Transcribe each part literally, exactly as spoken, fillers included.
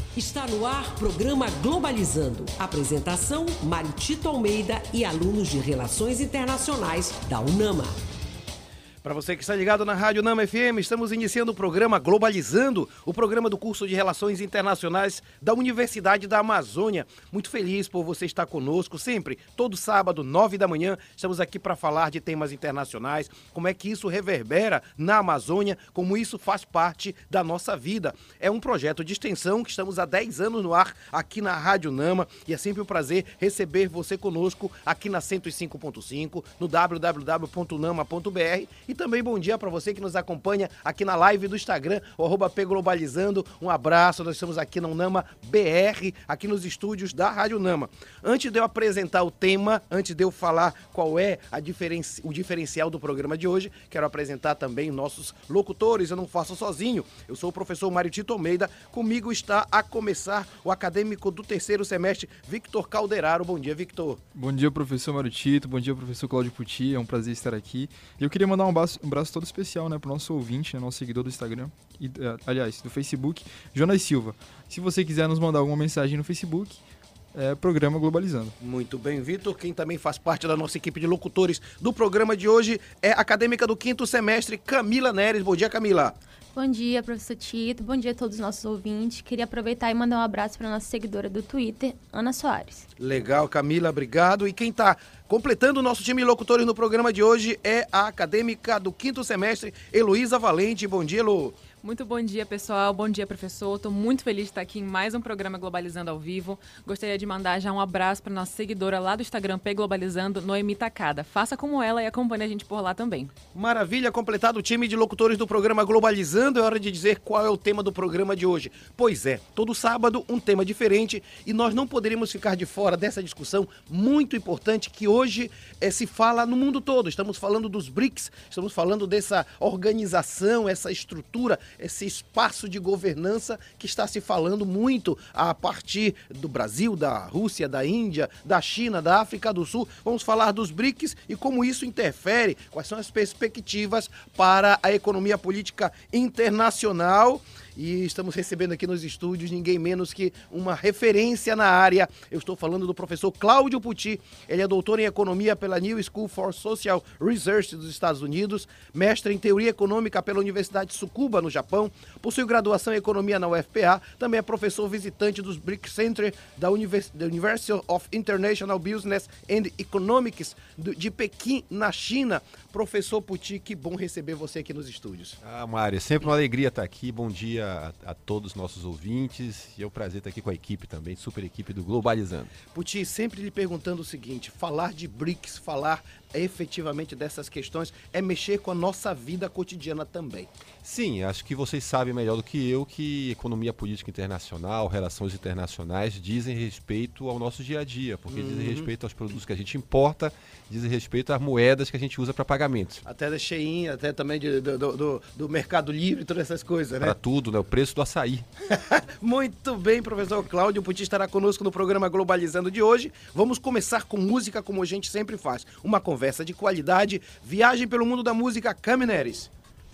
Está no ar programa Globalizando. Apresentação, Mário Tito Almeida e alunos de Relações Internacionais da UNAMA. Para você que está ligado na Rádio Nama F M, estamos iniciando o programa Globalizando, o programa do curso de Relações Internacionais da Universidade da Amazônia. Muito feliz por você estar conosco sempre, todo sábado, nove da manhã, estamos aqui para falar de temas internacionais, como é que isso reverbera na Amazônia, como isso faz parte da nossa vida. É um projeto de extensão que estamos há dez anos no ar aqui na Rádio Nama e é sempre um prazer receber você conosco aqui na cento e cinco ponto cinco, no w w w ponto nama ponto b r. E também bom dia para você que nos acompanha aqui na live do Instagram, o arroba P Globalizando. Um abraço, nós estamos aqui na UNAMA B R, aqui nos estúdios da Rádio Nama. Antes de eu apresentar o tema, antes de eu falar qual é a diferenci... o diferencial do programa de hoje, quero apresentar também nossos locutores. Eu não faço sozinho, eu sou o professor Mário Tito Almeida. Comigo está a começar o acadêmico do terceiro semestre, Victor Calderaro. Bom dia, Victor. Bom dia, professor Mário Tito. Bom dia, professor Cláudio Pucci. É um prazer estar aqui. E eu queria mandar um Um abraço todo especial, né, para o nosso ouvinte, né, nosso seguidor do Instagram, e, aliás, do Facebook, Jonas Silva. Se você quiser nos mandar alguma mensagem no Facebook, é Programa Globalizando. Muito bem, Vitor. Quem também faz parte da nossa equipe de locutores do programa de hoje é a acadêmica do quinto semestre, Camila Neres. Bom dia, Camila. Bom dia, professor Tito. Bom dia a todos os nossos ouvintes. Queria aproveitar e mandar um abraço para a nossa seguidora do Twitter, Ana Soares. Legal, Camila, obrigado. E quem está completando o nosso time de locutores no programa de hoje é a acadêmica do quinto semestre, Heloísa Valente. Bom dia, Elo. Muito bom dia, pessoal. Bom dia, professor. Estou muito feliz de estar aqui em mais um programa Globalizando ao vivo. Gostaria de mandar já um abraço para nossa seguidora lá do Instagram, P Globalizando, Noemi Takada. Faça como ela e acompanhe a gente por lá também. Maravilha, completado o time de locutores do programa Globalizando. É hora de dizer qual é o tema do programa de hoje. Pois é, todo sábado um tema diferente e nós não poderíamos ficar de fora dessa discussão muito importante que hoje é, se fala no mundo todo. Estamos falando dos BRICS, estamos falando dessa organização, essa estrutura, esse espaço de governança que está se falando muito a partir do Brasil, da Rússia, da Índia, da China, da África do Sul. Vamos falar dos BRICS e como isso interfere, quais são as perspectivas para a economia política internacional. E estamos recebendo aqui nos estúdios ninguém menos que uma referência na área. Eu estou falando do professor Cláudio Pucci. Ele é doutor em economia pela New School for Social Research dos Estados Unidos, mestre em teoria econômica pela Universidade Tsukuba, no Japão, possui graduação em economia na U F P A, também é professor visitante dos BRICS Center da Univers- University of International Business and Economics de Pequim, na China. Professor Pucci, que bom receber você aqui nos estúdios. Ah, Mário, é sempre uma alegria estar aqui. Bom dia A, a todos os nossos ouvintes e é um prazer estar aqui com a equipe também, super equipe do Globalizando. Pucci, sempre lhe perguntando o seguinte, falar de BRICS, falar efetivamente dessas questões é mexer com a nossa vida cotidiana também. Sim, acho que vocês sabem melhor do que eu que economia política internacional, relações internacionais dizem respeito ao nosso dia a dia, porque uhum. dizem respeito aos produtos que a gente importa, dizem respeito às moedas que a gente usa para pagamentos. Até da Shein, até também de, do, do, do Mercado Livre, todas essas coisas, né? Para tudo, né? O preço do açaí. Muito bem, professor Cláudio Pucci estará conosco no programa Globalizando de hoje. Vamos começar com música, como a gente sempre faz. Uma conversa de qualidade, viagem pelo mundo da música. Camila Neres.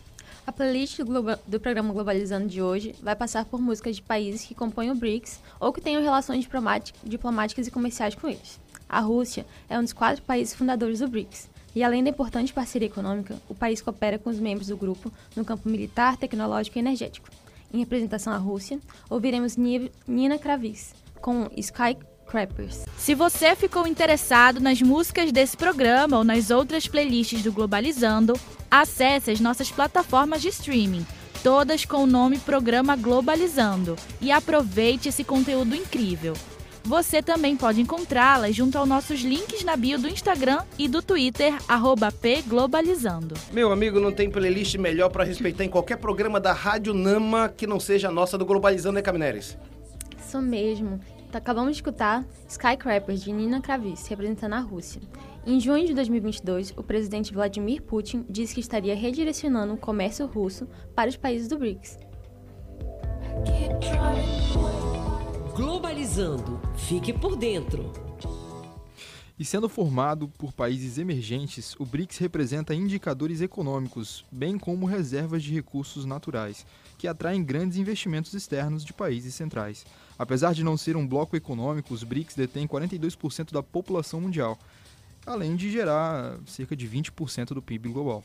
A playlist do, Globa- do programa Globalizando de hoje vai passar por músicas de países que compõem o BRICS ou que tenham relações diplomáticas e comerciais com eles. A Rússia é um dos quatro países fundadores do BRICS. E além da importante parceria econômica, o país coopera com os membros do grupo no campo militar, tecnológico e energético. Em representação à Rússia, ouviremos Nina Kravis com Skycrapers. Se você ficou interessado nas músicas desse programa ou nas outras playlists do Globalizando, acesse as nossas plataformas de streaming, todas com o nome Programa Globalizando, e aproveite esse conteúdo incrível. Você também pode encontrá-las junto aos nossos links na bio do Instagram e do Twitter, arroba P Globalizando. Meu amigo, não tem playlist melhor para respeitar em qualquer programa da Rádio Nama que não seja a nossa do Globalizando, né, Camila Neres? Isso mesmo. Acabamos de escutar Skycrapers, de Nina Kravis, representando a Rússia. Em junho de dois mil e vinte e dois, o presidente Vladimir Putin disse que estaria redirecionando o comércio russo para os países do BRICS. Globalizando. Fique por dentro. E sendo formado por países emergentes, o BRICS representa indicadores econômicos, bem como reservas de recursos naturais, que atraem grandes investimentos externos de países centrais. Apesar de não ser um bloco econômico, os BRICS detêm quarenta e dois por cento da população mundial, além de gerar cerca de vinte por cento do P I B global.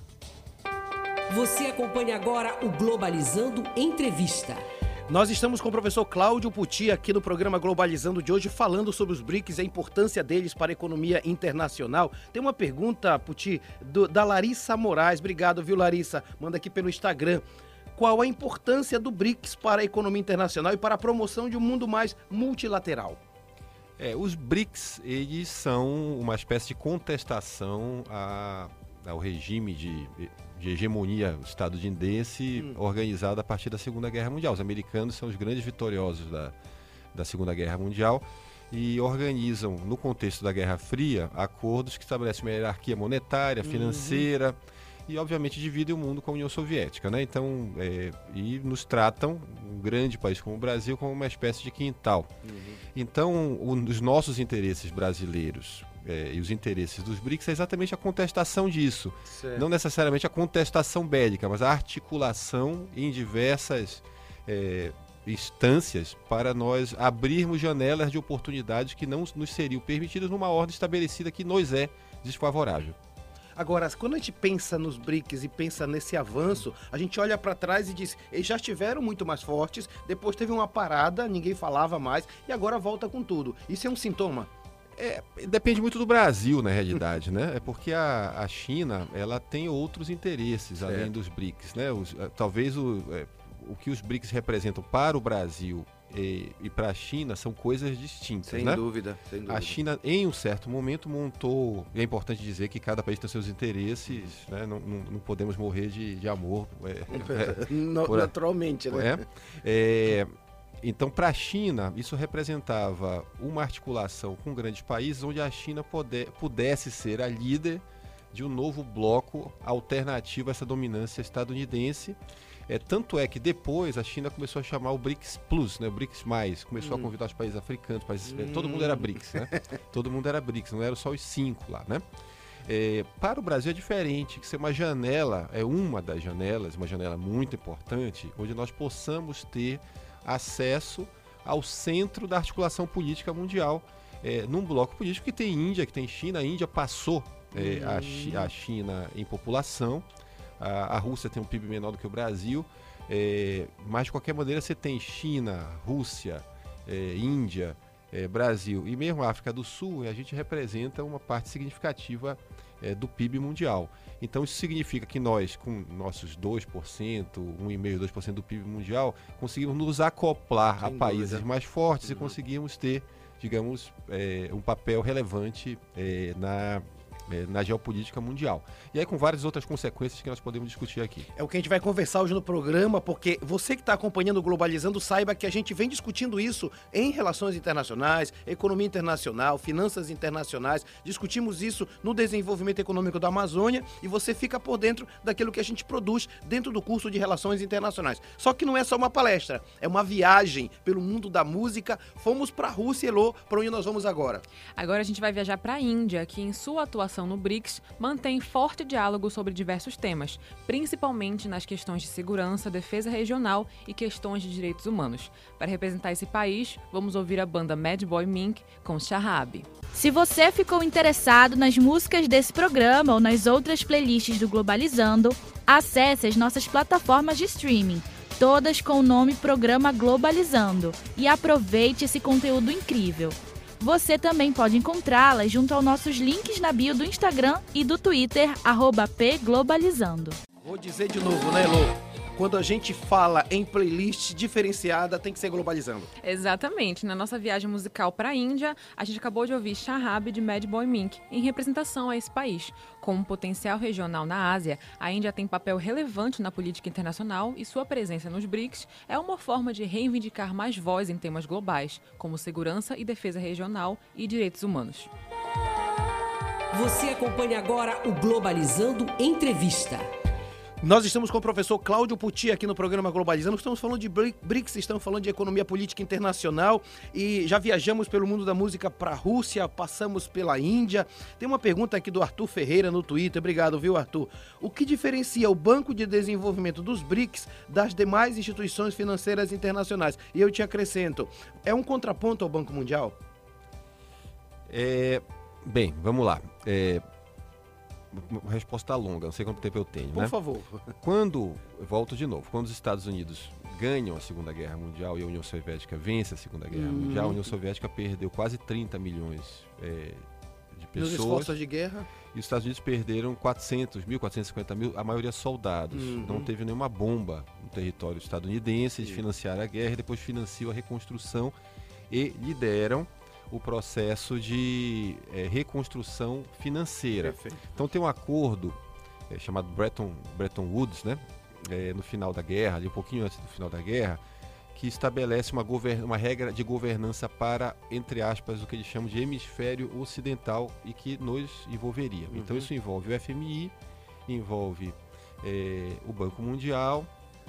Você acompanha agora o Globalizando Entrevista. Nós estamos com o professor Cláudio Pucci aqui no programa Globalizando de hoje, falando sobre os BRICS e a importância deles para a economia internacional. Tem uma pergunta, Pucci, do, da Larissa Moraes. Obrigado, viu, Larissa? Manda aqui pelo Instagram. Qual a importância do BRICS para a economia internacional e para a promoção de um mundo mais multilateral? É, os BRICS, eles são uma espécie de contestação a, ao regime de... de hegemonia estadunidense hum. organizada a partir da Segunda Guerra Mundial. Os americanos são os grandes vitoriosos da, da Segunda Guerra Mundial e organizam, no contexto da Guerra Fria, acordos que estabelecem uma hierarquia monetária, financeira uhum. e, obviamente, dividem o mundo com a União Soviética, né? Então, é, e nos tratam, um grande país como o Brasil, como uma espécie de quintal. Uhum. Então, o, os nossos interesses brasileiros É, e os interesses dos BRICS é exatamente a contestação disso. Certo. Não necessariamente a contestação bélica, mas a articulação em diversas é, instâncias para nós abrirmos janelas de oportunidades que não nos seriam permitidas numa ordem estabelecida que nos é desfavorável. Agora, quando a gente pensa nos BRICS e pensa nesse avanço, a gente olha para trás e diz, eles já estiveram muito mais fortes, depois teve uma parada, ninguém falava mais, e agora volta com tudo. Isso é um sintoma? É, depende muito do Brasil, na realidade, né? É porque a, a China, ela tem outros interesses, certo. Além dos BRICS, né? Os, talvez o, é, o que os BRICS representam para o Brasil e, e para a China são coisas distintas, sem né? Dúvida, sem dúvida. A China, em um certo momento, montou... E é importante dizer que cada país tem seus interesses, né? Não, não, não podemos morrer de, de amor. É, é, no, por, naturalmente, né? É, é, Então, para a China, isso representava uma articulação com grandes países onde a China poder, pudesse ser a líder de um novo bloco alternativo a essa dominância estadunidense. É, tanto é que depois a China começou a chamar o BRICS Plus, né, o BRICS+, começou hum. a convidar os países africanos, países, hum. todo mundo era BRICS, né? Todo mundo era BRICS, não eram só os cinco lá, né? É, para o Brasil é diferente, que ser uma janela, é uma das janelas, uma janela muito importante, onde nós possamos ter acesso ao centro da articulação política mundial, é, num bloco político que tem Índia, que tem China. A Índia passou é, a, Chi, a China em população, a, a Rússia tem um P I B menor do que o Brasil, é, mas de qualquer maneira você tem China, Rússia, é, Índia, é, Brasil e mesmo a África do Sul, a gente representa uma parte significativa é, do P I B mundial. Então isso significa que nós, com nossos dois por cento, um vírgula cinco por cento, dois por cento do P I B mundial, conseguimos nos acoplar Sem a países dúvida. mais fortes uhum. e conseguimos ter, digamos, é, um papel relevante é, na, é, na geopolítica mundial. E aí com várias outras consequências que nós podemos discutir aqui. É o que a gente vai conversar hoje no programa, porque você que está acompanhando o Globalizando, saiba que a gente vem discutindo isso em relações internacionais, economia internacional, finanças internacionais, discutimos isso no desenvolvimento econômico da Amazônia e você fica por dentro daquilo que a gente produz dentro do curso de Relações Internacionais. Só que não é só uma palestra, é uma viagem pelo mundo da música. Fomos para a Rússia, Elô, para onde nós vamos agora? Agora a gente vai viajar para a Índia, que em sua atuação no BRICS mantém forte diálogo sobre diversos temas, principalmente nas questões de segurança, defesa regional e questões de direitos humanos. Para representar esse país, vamos ouvir a banda Mad Boy Mink com Shahab. Se você ficou interessado nas músicas desse programa ou nas outras playlists do Globalizando, acesse as nossas plataformas de streaming, todas com o nome Programa Globalizando, e aproveite esse conteúdo incrível. Você também pode encontrá-las junto aos nossos links na bio do Instagram e do Twitter, arroba pglobalizando. Vou dizer de novo, né, Elô? Quando a gente fala em playlist diferenciada, tem que ser Globalizando. Exatamente. Na nossa viagem musical para a Índia, a gente acabou de ouvir Shahab de Mad Boy Mink, em representação a esse país. Com um potencial regional na Ásia, a Índia tem papel relevante na política internacional e sua presença nos BRICS é uma forma de reivindicar mais voz em temas globais, como segurança e defesa regional e direitos humanos. Você acompanha agora o Globalizando Entrevista. Nós estamos com o professor Cláudio Pucci aqui no programa Globalizando. Estamos falando de BRICS, estamos falando de economia política internacional e já viajamos pelo mundo da música para a Rússia, passamos pela Índia. Tem uma pergunta aqui do Arthur Ferreira no Twitter. Obrigado, viu, Arthur? O que diferencia o Banco de Desenvolvimento dos BRICS das demais instituições financeiras internacionais? E eu te acrescento, é um contraponto ao Banco Mundial? É, bem, vamos lá. É, uma resposta longa, não sei quanto tempo eu tenho, Por né? favor. Quando, eu volto de novo, quando os Estados Unidos ganham a Segunda Guerra Mundial e a União Soviética vence a Segunda Guerra Hum. Mundial, a União Soviética perdeu quase trinta milhões é, de Nos pessoas esforços de guerra? e os Estados Unidos perderam quatrocentos mil, quatrocentos e cinquenta mil, a maioria soldados. Uhum. Não teve nenhuma bomba no território estadunidense, eles Sim. financiaram a guerra e depois financiam a reconstrução e lideram o processo de é, reconstrução financeira. Perfeito. Então tem um acordo é, chamado Bretton, Bretton Woods, né? É, no final da guerra, ali um pouquinho antes do final da guerra, que estabelece uma, govern uma regra de governança para, entre aspas, o que eles chamam de hemisfério ocidental e que nos envolveria. Uhum. Então isso envolve o F M I, envolve é, o Banco Mundial,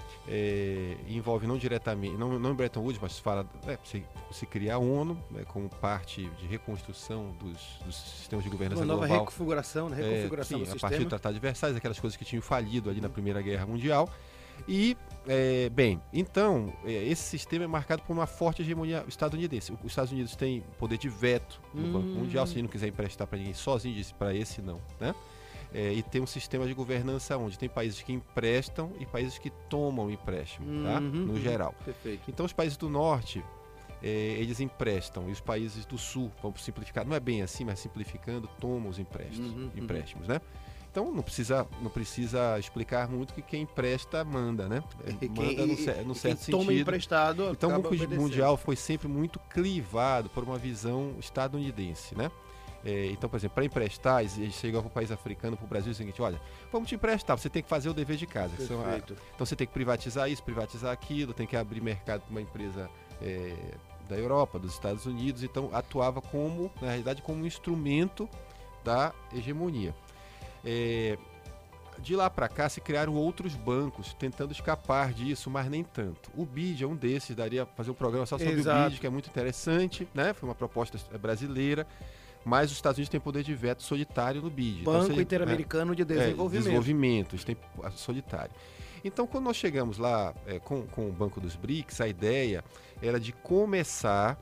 É, envolve não diretamente, não, não em Bretton Woods, mas fala, é, se, se criar a ONU, né, como parte de reconstrução dos, dos sistemas de governança Uma nova global. reconfiguração, né? É, Reconfiguração sim, do a sistema. partir do Tratado de Versalhes, aquelas coisas que tinham falido ali na Primeira Guerra Mundial. E, é, bem, então, é, esse sistema é marcado por uma forte hegemonia estadunidense. Os Estados Unidos têm poder de veto no Hum. Banco Mundial, se ele não quiser emprestar para ninguém sozinho, disse para esse não, né? É, e tem um sistema de governança onde tem países que emprestam e países que tomam empréstimo, tá? Uhum, No uhum. geral. Perfeito. Então os países do norte, é, eles emprestam, e os países do sul, vamos simplificar, não é bem assim, mas simplificando, tomam os empréstimos, Uhum, uhum. empréstimos, né? Então não precisa, não precisa explicar muito que quem empresta manda, né? É, E quem- manda no, e- cer- no e certo quem toma sentido. emprestado Então o acaba Banco obedecendo. Mundial foi sempre muito clivado por uma visão estadunidense, né? É, então, por exemplo, para emprestar, eles chegam para o país africano, para o Brasil, é o seguinte: olha, vamos te emprestar, você tem que fazer o dever de casa. que são a- Perfeito. então você tem que privatizar isso, privatizar aquilo, tem que abrir mercado para uma empresa é, da Europa, dos Estados Unidos. Então atuava como, na realidade, como um instrumento da hegemonia. É, de lá para cá se criaram outros bancos tentando escapar disso, mas nem tanto. O B I D é um desses, daria para fazer um programa só sobre Exato. o B I D, que é muito interessante, né? Foi uma proposta brasileira. Mas os Estados Unidos têm poder de veto solitário no B I D. Então, Banco seja, Interamericano de é, Desenvolvimento. desenvolvimento, eles têm a solitário. Então, quando nós chegamos lá é, com, com o Banco dos BRICS, a ideia era de começar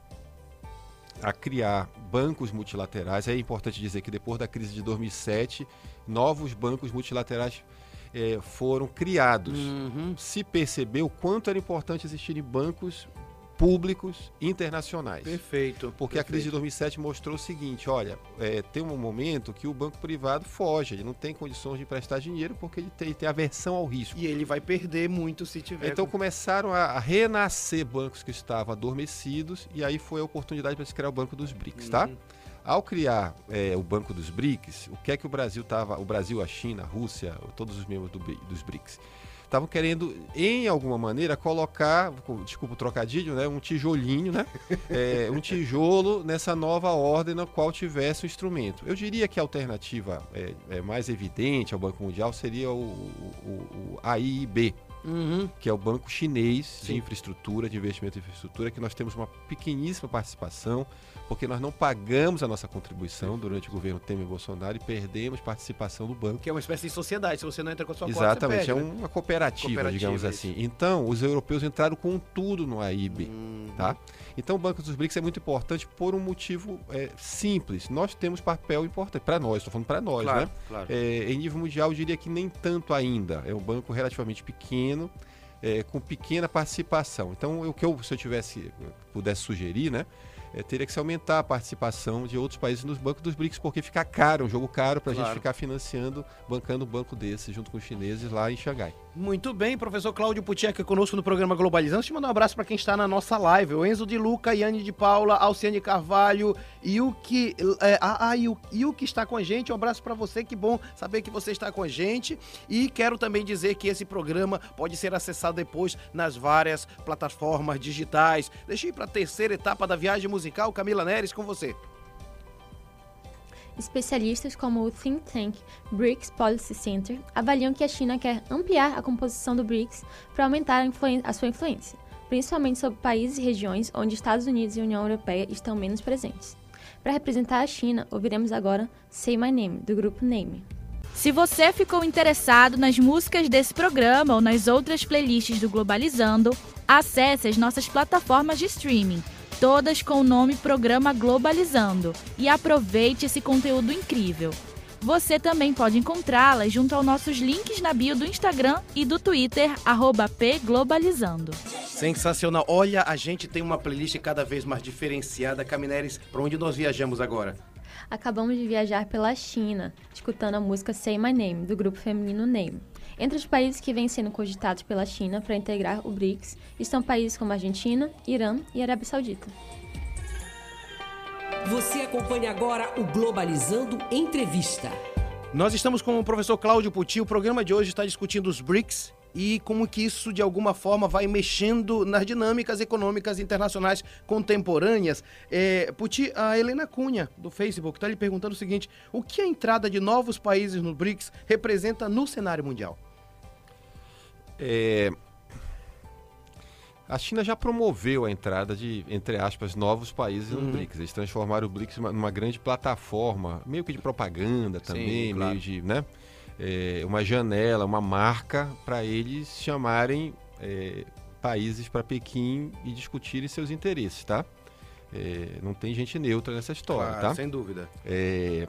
a criar bancos multilaterais. É importante dizer que depois da crise de dois mil e sete, novos bancos multilaterais é, foram criados. Uhum. Se percebeu quanto era importante existirem bancos públicos internacionais. Perfeito. Porque a crise de perfeito. dois mil e sete mostrou o seguinte: olha, é, tem um momento que o banco privado foge, ele não tem condições de emprestar dinheiro porque ele tem, ele tem aversão ao risco. E ele vai perder muito se tiver. Então começaram a, a renascer bancos que estavam adormecidos e aí foi a oportunidade para se criar o Banco dos BRICS, tá? Uhum. Ao criar é, o Banco dos BRICS, o que é que o Brasil estava, o Brasil, a China, a Rússia, todos os membros do, dos BRICS, estavam querendo, em alguma maneira, colocar, desculpa o trocadilho, né, um tijolinho, né, é, um tijolo nessa nova ordem na qual tivesse o instrumento. Eu diria que a alternativa é, é mais evidente ao Banco Mundial seria o, o, o A I B, Uhum. que é o banco chinês Sim. de infraestrutura, de investimento em infraestrutura, que nós temos uma pequeníssima participação, porque nós não pagamos a nossa contribuição durante o governo Temer e Bolsonaro e perdemos participação do banco. Que é uma espécie de sociedade. Se você não entra com a sua Exatamente, cota, você é perde, né? uma cooperativa, Cooperativa, digamos isso. assim. Então, os europeus entraram com tudo no A I B, Uhum. tá? Então, o Banco dos BRICS é muito importante por um motivo é, simples. Nós temos papel importante, para nós, estou falando para nós, Claro, né? claro. É, em nível mundial, eu diria que nem tanto ainda. É um banco relativamente pequeno, é, com pequena participação. Então, o que eu, se eu tivesse, pudesse sugerir, né? É, teria que se aumentar a participação de outros países nos bancos dos BRICS, porque fica caro, um jogo caro para a Claro. gente ficar financiando, bancando um banco desse junto com os chineses lá em Xangai. Muito bem, professor Cláudio Pucci aqui conosco no programa Globalizando. Deixa eu mandar um abraço para quem está na nossa live. O Enzo de Luca, Yane de Paula, Alciane Carvalho, Yuki, é, a, a Yu- Yuki está com a gente. Um abraço para você, que bom saber que você está com a gente. E quero também dizer que esse programa pode ser acessado depois nas várias plataformas digitais. Deixa eu ir para a terceira etapa da viagem musical. Camila Neres, com você. Especialistas como o think tank BRICS Policy Center avaliam que a China quer ampliar a composição do BRICS para aumentar a, influen- a sua influência, principalmente sobre países e regiões onde Estados Unidos e União Europeia estão menos presentes. Para representar a China, ouviremos agora Say My Name, do grupo Name. Se você ficou interessado nas músicas desse programa ou nas outras playlists do Globalizando, acesse as nossas plataformas de streaming, todas com o nome Programa Globalizando, e aproveite esse conteúdo incrível. Você também pode encontrá-las junto aos nossos links na bio do Instagram e do Twitter, arroba pglobalizando. Sensacional. Olha, a gente tem uma playlist cada vez mais diferenciada. Camineres, para onde nós viajamos agora? Acabamos de viajar pela China, escutando a música Say My Name, do grupo feminino Name. Entre os países que vêm sendo cogitados pela China para integrar o BRICS estão países como Argentina, Irã e Arábia Saudita. Você acompanha agora o Globalizando Entrevista. Nós estamos com o professor Cláudio Pucci. O programa de hoje está discutindo os BRICS e como que isso, de alguma forma, vai mexendo nas dinâmicas econômicas internacionais contemporâneas. É, Pucci, a Helena Cunha, do Facebook, está lhe perguntando o seguinte: o que a entrada de novos países no BRICS representa no cenário mundial? É... A China já promoveu a entrada de, entre aspas, novos países no Uhum. BRICS. Eles transformaram o BRICS numa, numa grande plataforma, meio que de propaganda também, Sim, claro. meio de, né, é, uma janela, uma marca para eles chamarem é, países para Pequim e discutirem seus interesses, tá? É, não tem gente neutra nessa história, Claro, tá? sem dúvida. É...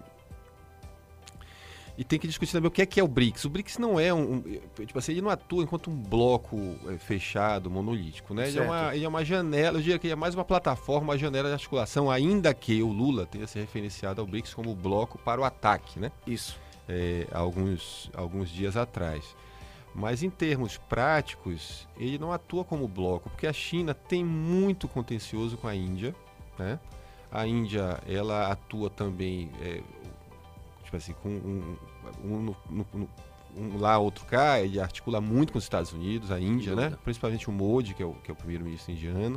E tem que discutir também o que é que é o BRICS. O BRICS não é um, um tipo assim, ele não atua enquanto um bloco é, fechado, monolítico, né? Ele é, uma, ele é uma janela, eu diria que é mais uma plataforma, uma janela de articulação, ainda que o Lula tenha se referenciado ao BRICS como bloco para o ataque, né? Isso. É, alguns, alguns dias atrás. Mas em termos práticos, ele não atua como bloco, porque a China tem muito contencioso com a Índia, né? A Índia, ela atua também... É, tipo assim, com um, um, no, no, no, um lá, outro cá, ele articula muito com os Estados Unidos, a Índia, né? Principalmente o Modi, que é o, que é o primeiro-ministro indiano.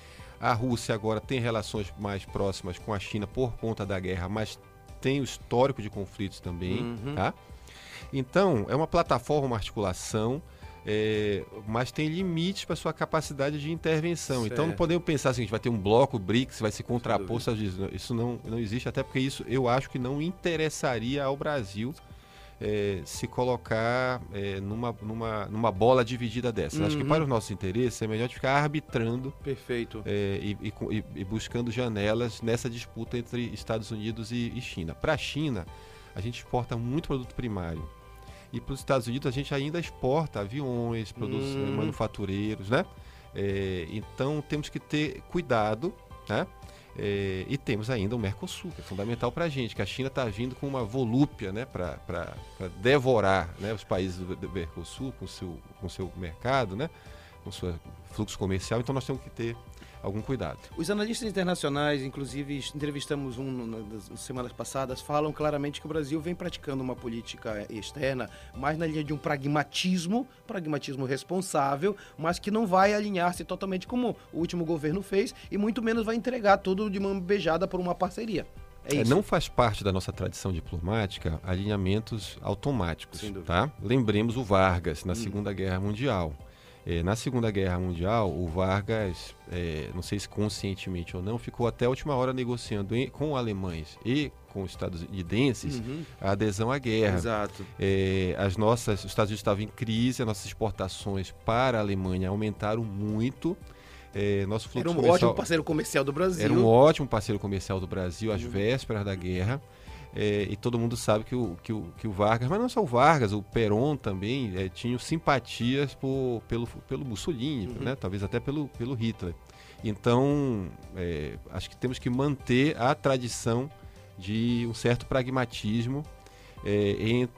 A Rússia agora tem relações mais próximas com a China por conta da guerra, mas tem o histórico de conflitos também, Uhum. tá? Então, é uma plataforma, uma articulação, é, mas tem limites para sua capacidade de intervenção. Certo. Então, não podemos pensar assim, a gente vai ter um bloco BRICS, vai se contrapor. Sem Isso não, não existe, até porque isso eu acho que não interessaria ao Brasil é, se colocar é, numa, numa, numa bola dividida dessa. Uhum. Acho que para os nossos interesses é melhor de ficar arbitrando Perfeito. é, e, e, e buscando janelas nessa disputa entre Estados Unidos e, e China. Para a China, a gente exporta muito produto primário. E para os Estados Unidos a gente ainda exporta aviões, produtos Hum. eh, manufatureiros, né? É, então temos que ter cuidado, né? É, e temos ainda o Mercosul, que é fundamental para a gente, que a China está vindo com uma volúpia, né? Para devorar, né? Os países do, do Mercosul com seu, com seu mercado, né? Com seu fluxo comercial. Então nós temos que ter algum cuidado. Os analistas internacionais, inclusive entrevistamos um nas semanas passadas, falam claramente que o Brasil vem praticando uma política externa mais na linha de um pragmatismo, pragmatismo responsável, mas que não vai alinhar-se totalmente como o último governo fez e muito menos vai entregar tudo de mão beijada por uma parceria. É É, isso. não faz parte da nossa tradição diplomática alinhamentos automáticos, Sem dúvida. tá? Lembremos o Vargas na Hum. Segunda Guerra Mundial. É, na Segunda Guerra Mundial, o Vargas, é, não sei se conscientemente ou não, ficou até a última hora negociando em, com alemães e com os estadunidenses Uhum. a adesão à guerra. Exato. É, as nossas, os Estados Unidos estavam em crise, as nossas exportações para a Alemanha aumentaram muito. É, nosso fluxo Era um comercial ótimo parceiro comercial do Brasil. era um ótimo parceiro comercial do Brasil às Uhum. vésperas da guerra. É, e todo mundo sabe que o, que, o, que o Vargas, mas não só o Vargas, o Perón também é, tinham simpatias por, pelo, pelo Mussolini, Uhum. né? Talvez até pelo, pelo Hitler. Então, é, acho que temos que manter a tradição de um certo pragmatismo é,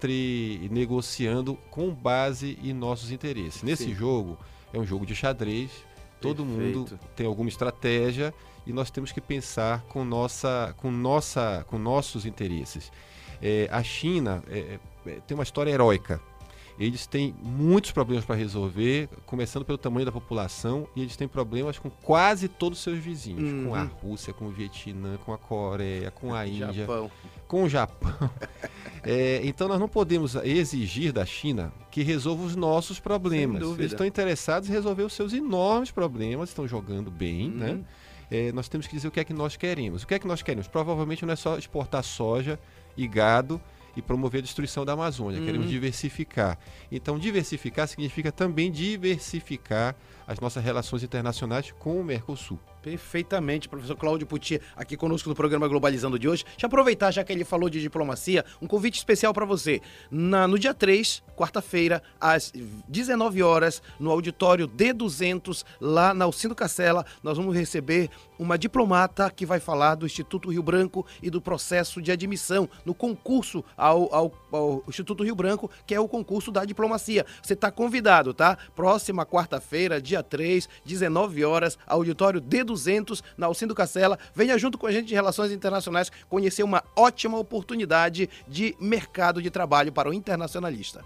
entre negociando com base em nossos interesses. Nesse Sim. jogo, é um jogo de xadrez, todo mundo Perfeito. tem alguma estratégia e nós temos que pensar com, nossa, com, nossa, com nossos interesses. É, a China é, é, tem uma história heróica. Eles têm muitos problemas para resolver, começando pelo tamanho da população, e eles têm problemas com quase todos os seus vizinhos, Uhum. com a Rússia, com o Vietnã, com a Coreia, com a Índia. Japão. com o Japão. É, então nós não podemos exigir da China que resolva os nossos problemas. Eles estão interessados em resolver os seus enormes problemas, estão jogando bem, uhum. né? É, nós temos que dizer o que é que nós queremos. O que é que nós queremos? Provavelmente não é só exportar soja e gado e promover a destruição da Amazônia. Uhum. Queremos diversificar. Então, diversificar significa também diversificar as nossas relações internacionais com o Mercosul. Perfeitamente, professor Cláudio Pucci, aqui conosco no programa Globalizando de hoje. Deixa eu aproveitar, já que ele falou de diplomacia, um convite especial para você. Na, no dia três, quarta-feira, às dezenove horas, no auditório D duzentos, lá na Alcindo Cacela, nós vamos receber uma diplomata que vai falar do Instituto Rio Branco e do processo de admissão no concurso ao, ao, ao Instituto Rio Branco, que é o concurso da diplomacia. Você está convidado, tá? Próxima quarta-feira, dia três, dezenove horas, auditório D duzentos, na Alcindo Cacela. Venha junto com a gente de Relações Internacionais conhecer uma ótima oportunidade de mercado de trabalho para o internacionalista.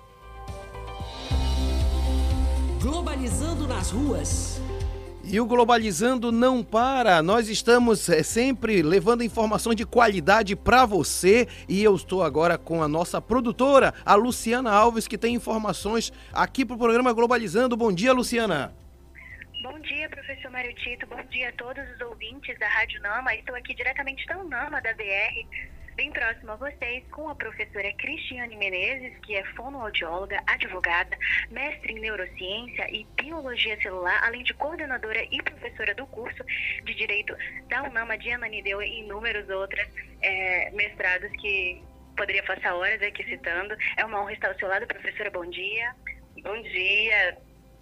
Globalizando nas ruas. E o Globalizando não para, nós estamos é, sempre levando informação de qualidade para você e eu estou agora com a nossa produtora, a Luciana Alves, que tem informações aqui para o programa Globalizando. Bom dia, Luciana. Bom dia, professor Mário Tito, bom dia a todos os ouvintes da Rádio Nama. Estou aqui diretamente da Unama, da B R, bem próximo a vocês, com a professora Cristiane Menezes, que é fonoaudióloga, advogada, mestre em neurociência e biologia celular, além de coordenadora e professora do curso de Direito da Unama de Ananindeua e inúmeros outros é, mestrados que poderia passar horas aqui citando. É uma honra estar ao seu lado, professora, bom dia. Bom dia.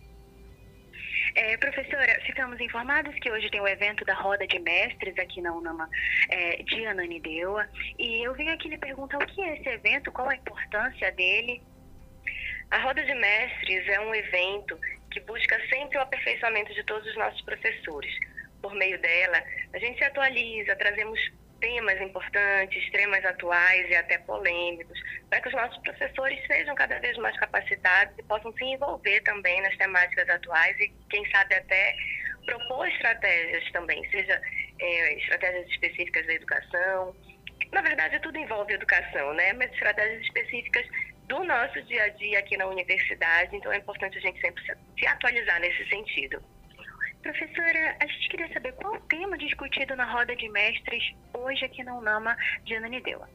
É, professora, ficamos informados que hoje tem o evento da Roda de Mestres aqui na Unama é, de Ananindeua, e eu vim aqui lhe perguntar o que é esse evento, qual a importância dele. A Roda de Mestres é um evento que busca sempre o aperfeiçoamento de todos os nossos professores. Por meio dela, a gente se atualiza, trazemos temas importantes, temas atuais e até polêmicos, para que os nossos professores sejam cada vez mais capacitados e possam se envolver também nas temáticas atuais e, quem sabe, até propor estratégias também, seja é, estratégias específicas da educação. Na verdade, tudo envolve educação, né? Mas estratégias específicas do nosso dia a dia aqui na universidade, então é importante a gente sempre se atualizar nesse sentido. Professora, a gente queria saber qual o tema discutido na Roda de Mestres hoje aqui na Unama de Ananindeua.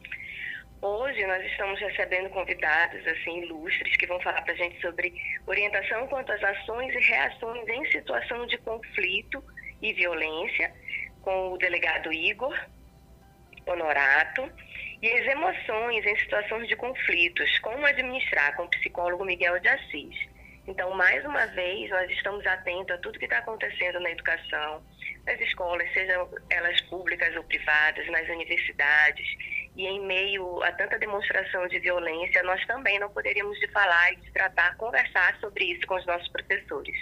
Hoje nós estamos recebendo convidados assim, ilustres que vão falar para a gente sobre orientação quanto às ações e reações em situação de conflito e violência, com o delegado Igor Honorato, e as emoções em situações de conflitos, como administrar, com o psicólogo Miguel de Assis. Então, mais uma vez, nós estamos atentos a tudo que está acontecendo na educação, nas escolas, sejam elas públicas ou privadas, nas universidades, e em meio a tanta demonstração de violência, nós também não poderíamos de falar e de tratar, conversar sobre isso com os nossos professores.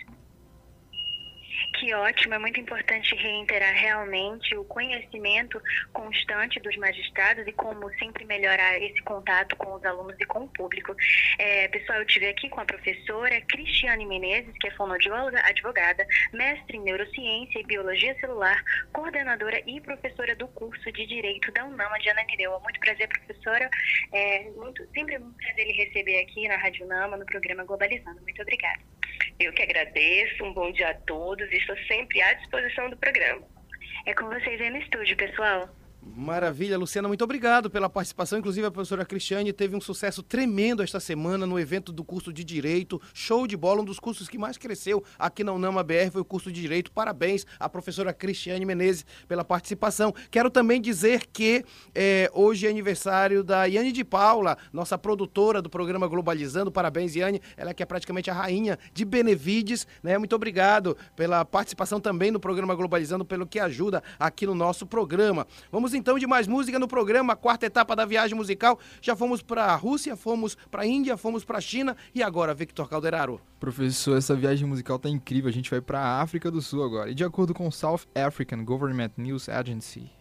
Que ótimo, é muito importante reiterar realmente o conhecimento constante dos magistrados e como sempre melhorar esse contato com os alunos e com o público. É, pessoal, eu estive aqui com a professora Cristiane Menezes, que é fonoaudióloga, advogada, mestre em neurociência e biologia celular, coordenadora e professora do curso de Direito da Unama de Ananindeua. Muito prazer, professora. É muito, sempre muito prazer lhe receber aqui na Rádio Unama, no programa Globalizando. Muito obrigada. Eu que agradeço, um bom dia a todos e estou sempre à disposição do programa. É com vocês aí no estúdio, pessoal. Maravilha, Luciana, muito obrigado pela participação. Inclusive, a professora Cristiane teve um sucesso tremendo esta semana no evento do curso de Direito. Show de bola, um dos cursos que mais cresceu aqui na Unama B R foi o curso de Direito. Parabéns à professora Cristiane Menezes pela participação. Quero também dizer que é, hoje é aniversário da Yane de Paula, nossa produtora do programa Globalizando. Parabéns, Yane. Ela que é praticamente a rainha de Benevides, né? Muito obrigado pela participação também no programa Globalizando, pelo que ajuda aqui no nosso programa. Vamos então de mais música no programa, a quarta etapa da viagem musical. Já fomos para a Rússia, fomos para a Índia, fomos para a China e agora, Victor Calderaro. Professor, essa viagem musical tá incrível. A gente vai para a África do Sul agora. E de acordo com o South African Government News Agency,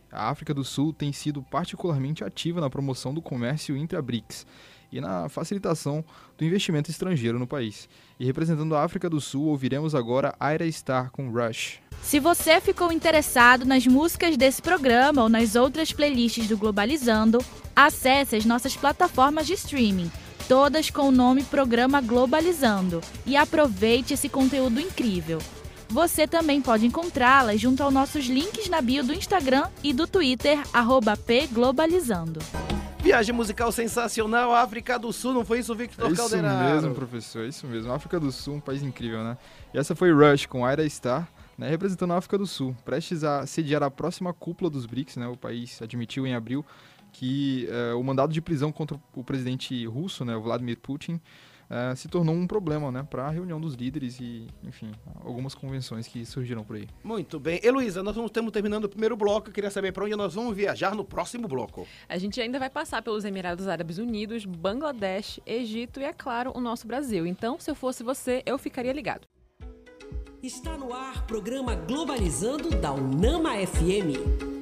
A África do Sul tem sido particularmente ativa na promoção do comércio entre a BRICS e na facilitação do investimento estrangeiro no país. E representando a África do Sul, ouviremos agora Ayra Starr com Rush. Se você ficou interessado nas músicas desse programa ou nas outras playlists do Globalizando, acesse as nossas plataformas de streaming, todas com o nome Programa Globalizando, e aproveite esse conteúdo incrível. Você também pode encontrá-las junto aos nossos links na bio do Instagram e do Twitter, arroba pglobalizando. Viagem musical sensacional, África do Sul, não foi isso, Victor É isso Calderaro? mesmo, professor, é isso mesmo. África do Sul, um país incrível, né? E essa foi Rush com Ayra Starr, né, representando a África do Sul, prestes a sediar a próxima cúpula dos BRICS, né? O país admitiu em abril que eh, o mandado de prisão contra o presidente russo, né, o Vladimir Putin, eh, se tornou um problema, né, para a reunião dos líderes e, enfim, algumas convenções que surgiram por aí. Muito bem. Heloísa, nós vamos, estamos terminando o primeiro bloco. Eu queria saber para onde nós vamos viajar no próximo bloco. A gente ainda vai passar pelos Emirados Árabes Unidos, Bangladesh, Egito e, é claro, o nosso Brasil. Então, se eu fosse você, eu ficaria ligado. Está no ar programa Globalizando da Unama F M.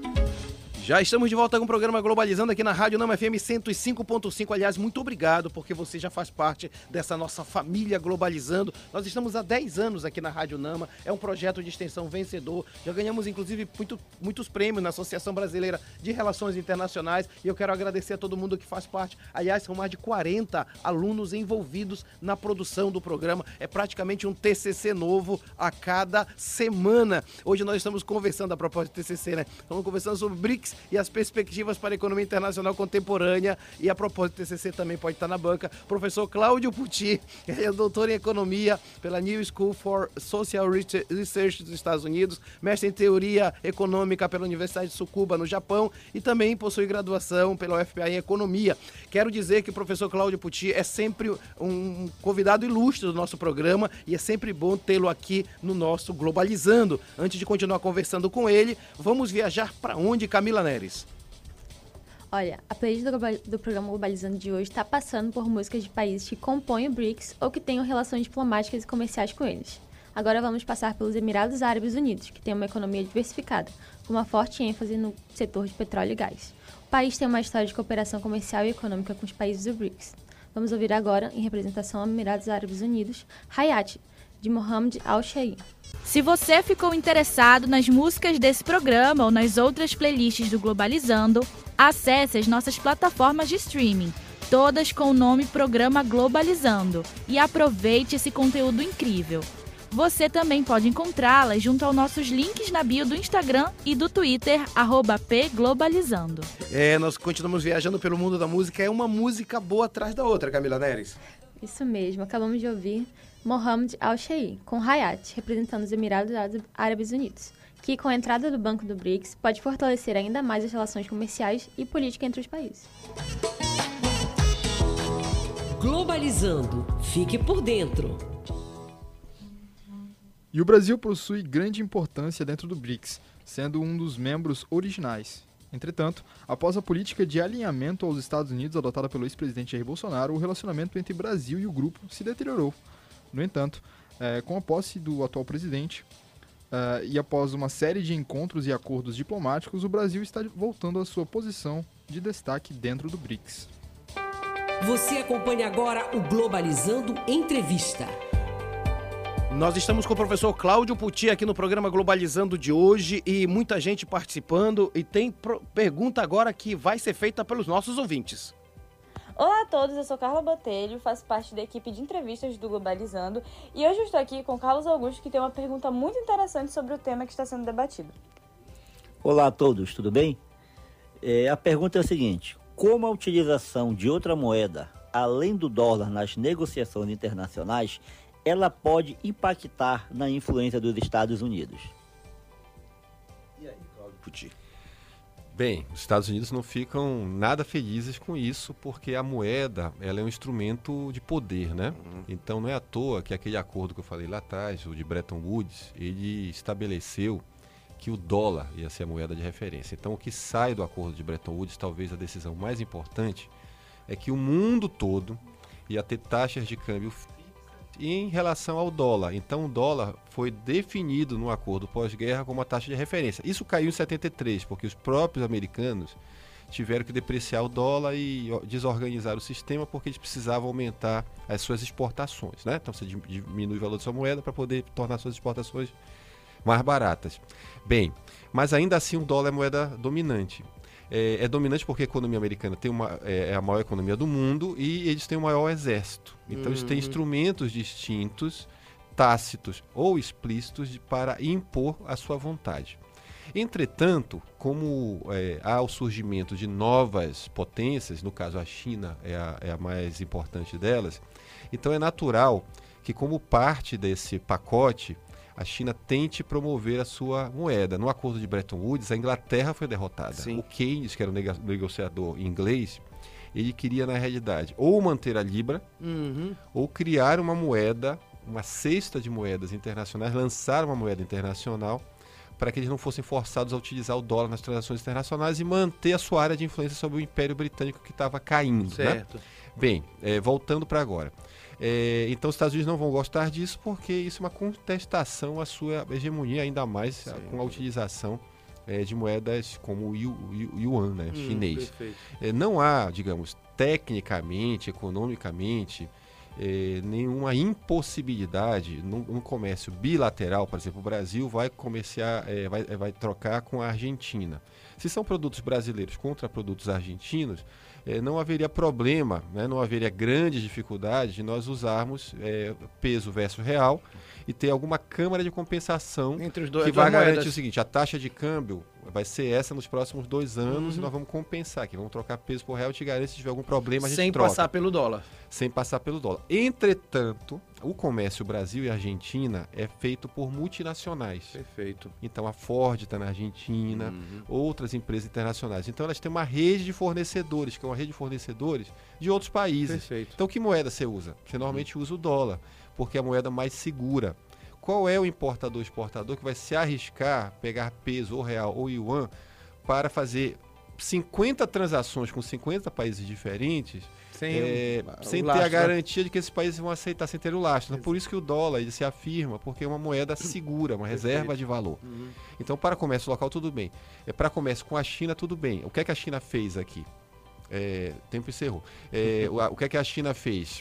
Já estamos de volta com o programa Globalizando aqui na Rádio Nama F M cento e cinco ponto cinco. Aliás, muito obrigado, porque você já faz parte dessa nossa família Globalizando. Nós estamos há dez anos aqui na Rádio Nama. É um projeto de extensão vencedor. Já ganhamos, inclusive, muito, muitos prêmios na Associação Brasileira de Relações Internacionais. E eu quero agradecer a todo mundo que faz parte. Aliás, são mais de quarenta alunos envolvidos na produção do programa. É praticamente um T C C novo a cada semana. Hoje nós estamos conversando, a propósito do T C C, né? Estamos conversando sobre BRICS e as perspectivas para a economia internacional contemporânea. E a propósito do T C C também pode estar na banca. Professor Cláudio Pucci, ele é doutor em economia pela New School for Social Research dos Estados Unidos, mestre em teoria econômica pela Universidade de Tsukuba, no Japão, e também possui graduação pela U F P A em economia. Quero dizer que o professor Cláudio Pucci é sempre um convidado ilustre do nosso programa e é sempre bom tê-lo aqui no nosso Globalizando. Antes de continuar conversando com ele, vamos viajar para onde, Camila Neres? Olha, a playlist do, global, do programa Globalizando de hoje está passando por músicas de países que compõem o BRICS ou que tenham relações diplomáticas e comerciais com eles. Agora vamos passar pelos Emirados Árabes Unidos, que tem uma economia diversificada, com uma forte ênfase no setor de petróleo e gás. O país tem uma história de cooperação comercial e econômica com os países do BRICS. Vamos ouvir agora, em representação aos Emirados Árabes Unidos, Hayat, de Mohammed Al-Shaheen. Se você ficou interessado nas músicas desse programa ou nas outras playlists do Globalizando, acesse as nossas plataformas de streaming, todas com o nome Programa Globalizando, e aproveite esse conteúdo incrível. Você também pode encontrá-las junto aos nossos links na bio do Instagram e do Twitter, arroba pglobalizando. É, nós continuamos viajando pelo mundo da música. É uma música boa atrás da outra, Camila Neres. Isso mesmo, acabamos de ouvir Mohammed Al-Shaheen, com Hayat, representando os Emirados Árabes Unidos, que, com a entrada do Banco do BRICS, pode fortalecer ainda mais as relações comerciais e políticas entre os países. Globalizando. Fique por dentro. E o Brasil possui grande importância dentro do BRICS, sendo um dos membros originais. Entretanto, após a política de alinhamento aos Estados Unidos adotada pelo ex-presidente Jair Bolsonaro, o relacionamento entre Brasil e o grupo se deteriorou. No entanto, é, com a posse do atual presidente é, e após uma série de encontros e acordos diplomáticos, o Brasil está voltando à sua posição de destaque dentro do BRICS. Você acompanha agora o Globalizando Entrevista. Nós estamos com o professor Cláudio Pucci aqui no programa Globalizando de hoje e muita gente participando, e tem pro- pergunta agora que vai ser feita pelos nossos ouvintes. Olá a todos, eu sou Carla Botelho, faço parte da equipe de entrevistas do Globalizando e hoje eu estou aqui com o Carlos Augusto, que tem uma pergunta muito interessante sobre o tema que está sendo debatido. Olá a todos, tudo bem? É, a pergunta é a seguinte: como a utilização de outra moeda, além do dólar, nas negociações internacionais, ela pode impactar na influência dos Estados Unidos? E aí, Cláudio Pucci? Bem, os Estados Unidos não ficam nada felizes com isso, porque a moeda ela é um instrumento de poder, né? Uhum. Então não é à toa que aquele acordo que eu falei lá atrás, o de Bretton Woods, ele estabeleceu que o dólar ia ser a moeda de referência. Então o que sai do acordo de Bretton Woods, talvez a decisão mais importante, é que o mundo todo ia ter taxas de câmbio em relação ao dólar. Então o dólar foi definido no acordo pós-guerra como uma taxa de referência. Isso caiu em setenta e três, porque os próprios americanos tiveram que depreciar o dólar e desorganizar o sistema porque eles precisavam aumentar as suas exportações, né? Então você diminui o valor da sua moeda para poder tornar suas exportações mais baratas. Bem, mas ainda assim o dólar é moeda dominante. É, é dominante porque a economia americana tem uma, é, é a maior economia do mundo e eles têm o maior exército. Então uhum. eles têm instrumentos distintos, tácitos ou explícitos de, para impor a sua vontade. Entretanto, como é, há o surgimento de novas potências, no caso a China é a, é a mais importante delas, então é natural que, como parte desse pacote, a China tente promover a sua moeda. No acordo de Bretton Woods, a Inglaterra foi derrotada. Sim. O Keynes, que era um negociador inglês, ele queria, na realidade, ou manter a Libra, uhum. ou criar uma moeda, uma cesta de moedas internacionais, lançar uma moeda internacional, para que eles não fossem forçados a utilizar o dólar nas transações internacionais e manter a sua área de influência sobre o Império Britânico que estava caindo. Certo. Né? Bem, é, voltando para agora. É, então os Estados Unidos não vão gostar disso porque isso é uma contestação à sua hegemonia, ainda mais Sim. com a utilização é, de moedas como o yuan, né, hum, chinês. É, não há, digamos, tecnicamente, economicamente, É, nenhuma impossibilidade num, num comércio bilateral. Por exemplo, o Brasil vai comerciar, é, vai, vai trocar com a Argentina. Se são produtos brasileiros contra produtos argentinos, é, não haveria problema, né, não haveria grande dificuldade de nós usarmos é, peso versus real e ter alguma câmara de compensação entre os dois, que vai garantir moedas. O seguinte: a taxa de câmbio vai ser essa nos próximos dois anos uhum. e nós vamos compensar aqui, vamos trocar peso por real. Eu te garanto, se tiver algum problema a gente Sem troca. Sem passar pelo dólar. Sem passar pelo dólar. Entretanto, o comércio Brasil e Argentina é feito por multinacionais. Perfeito. Então a Ford está na Argentina, uhum. outras empresas internacionais. Então elas têm uma rede de fornecedores, que é uma rede de fornecedores de outros países. Perfeito. Então que moeda você usa? Você normalmente uhum. usa o dólar, porque é a moeda mais segura. Qual é o importador exportador que vai se arriscar, pegar peso ou real ou yuan, para fazer cinquenta transações com cinquenta países diferentes, sem, é, o, sem o ter lastro, a garantia de que esses países vão aceitar sem ter o lastro? Então, por isso que o dólar ele se afirma, porque é uma moeda segura, uma reserva de valor. Uhum. Então, para comércio local, tudo bem. É, para comércio com a China, tudo bem. O que é que a China fez aqui? É, tempo encerrou. É, o, o que é que a China fez?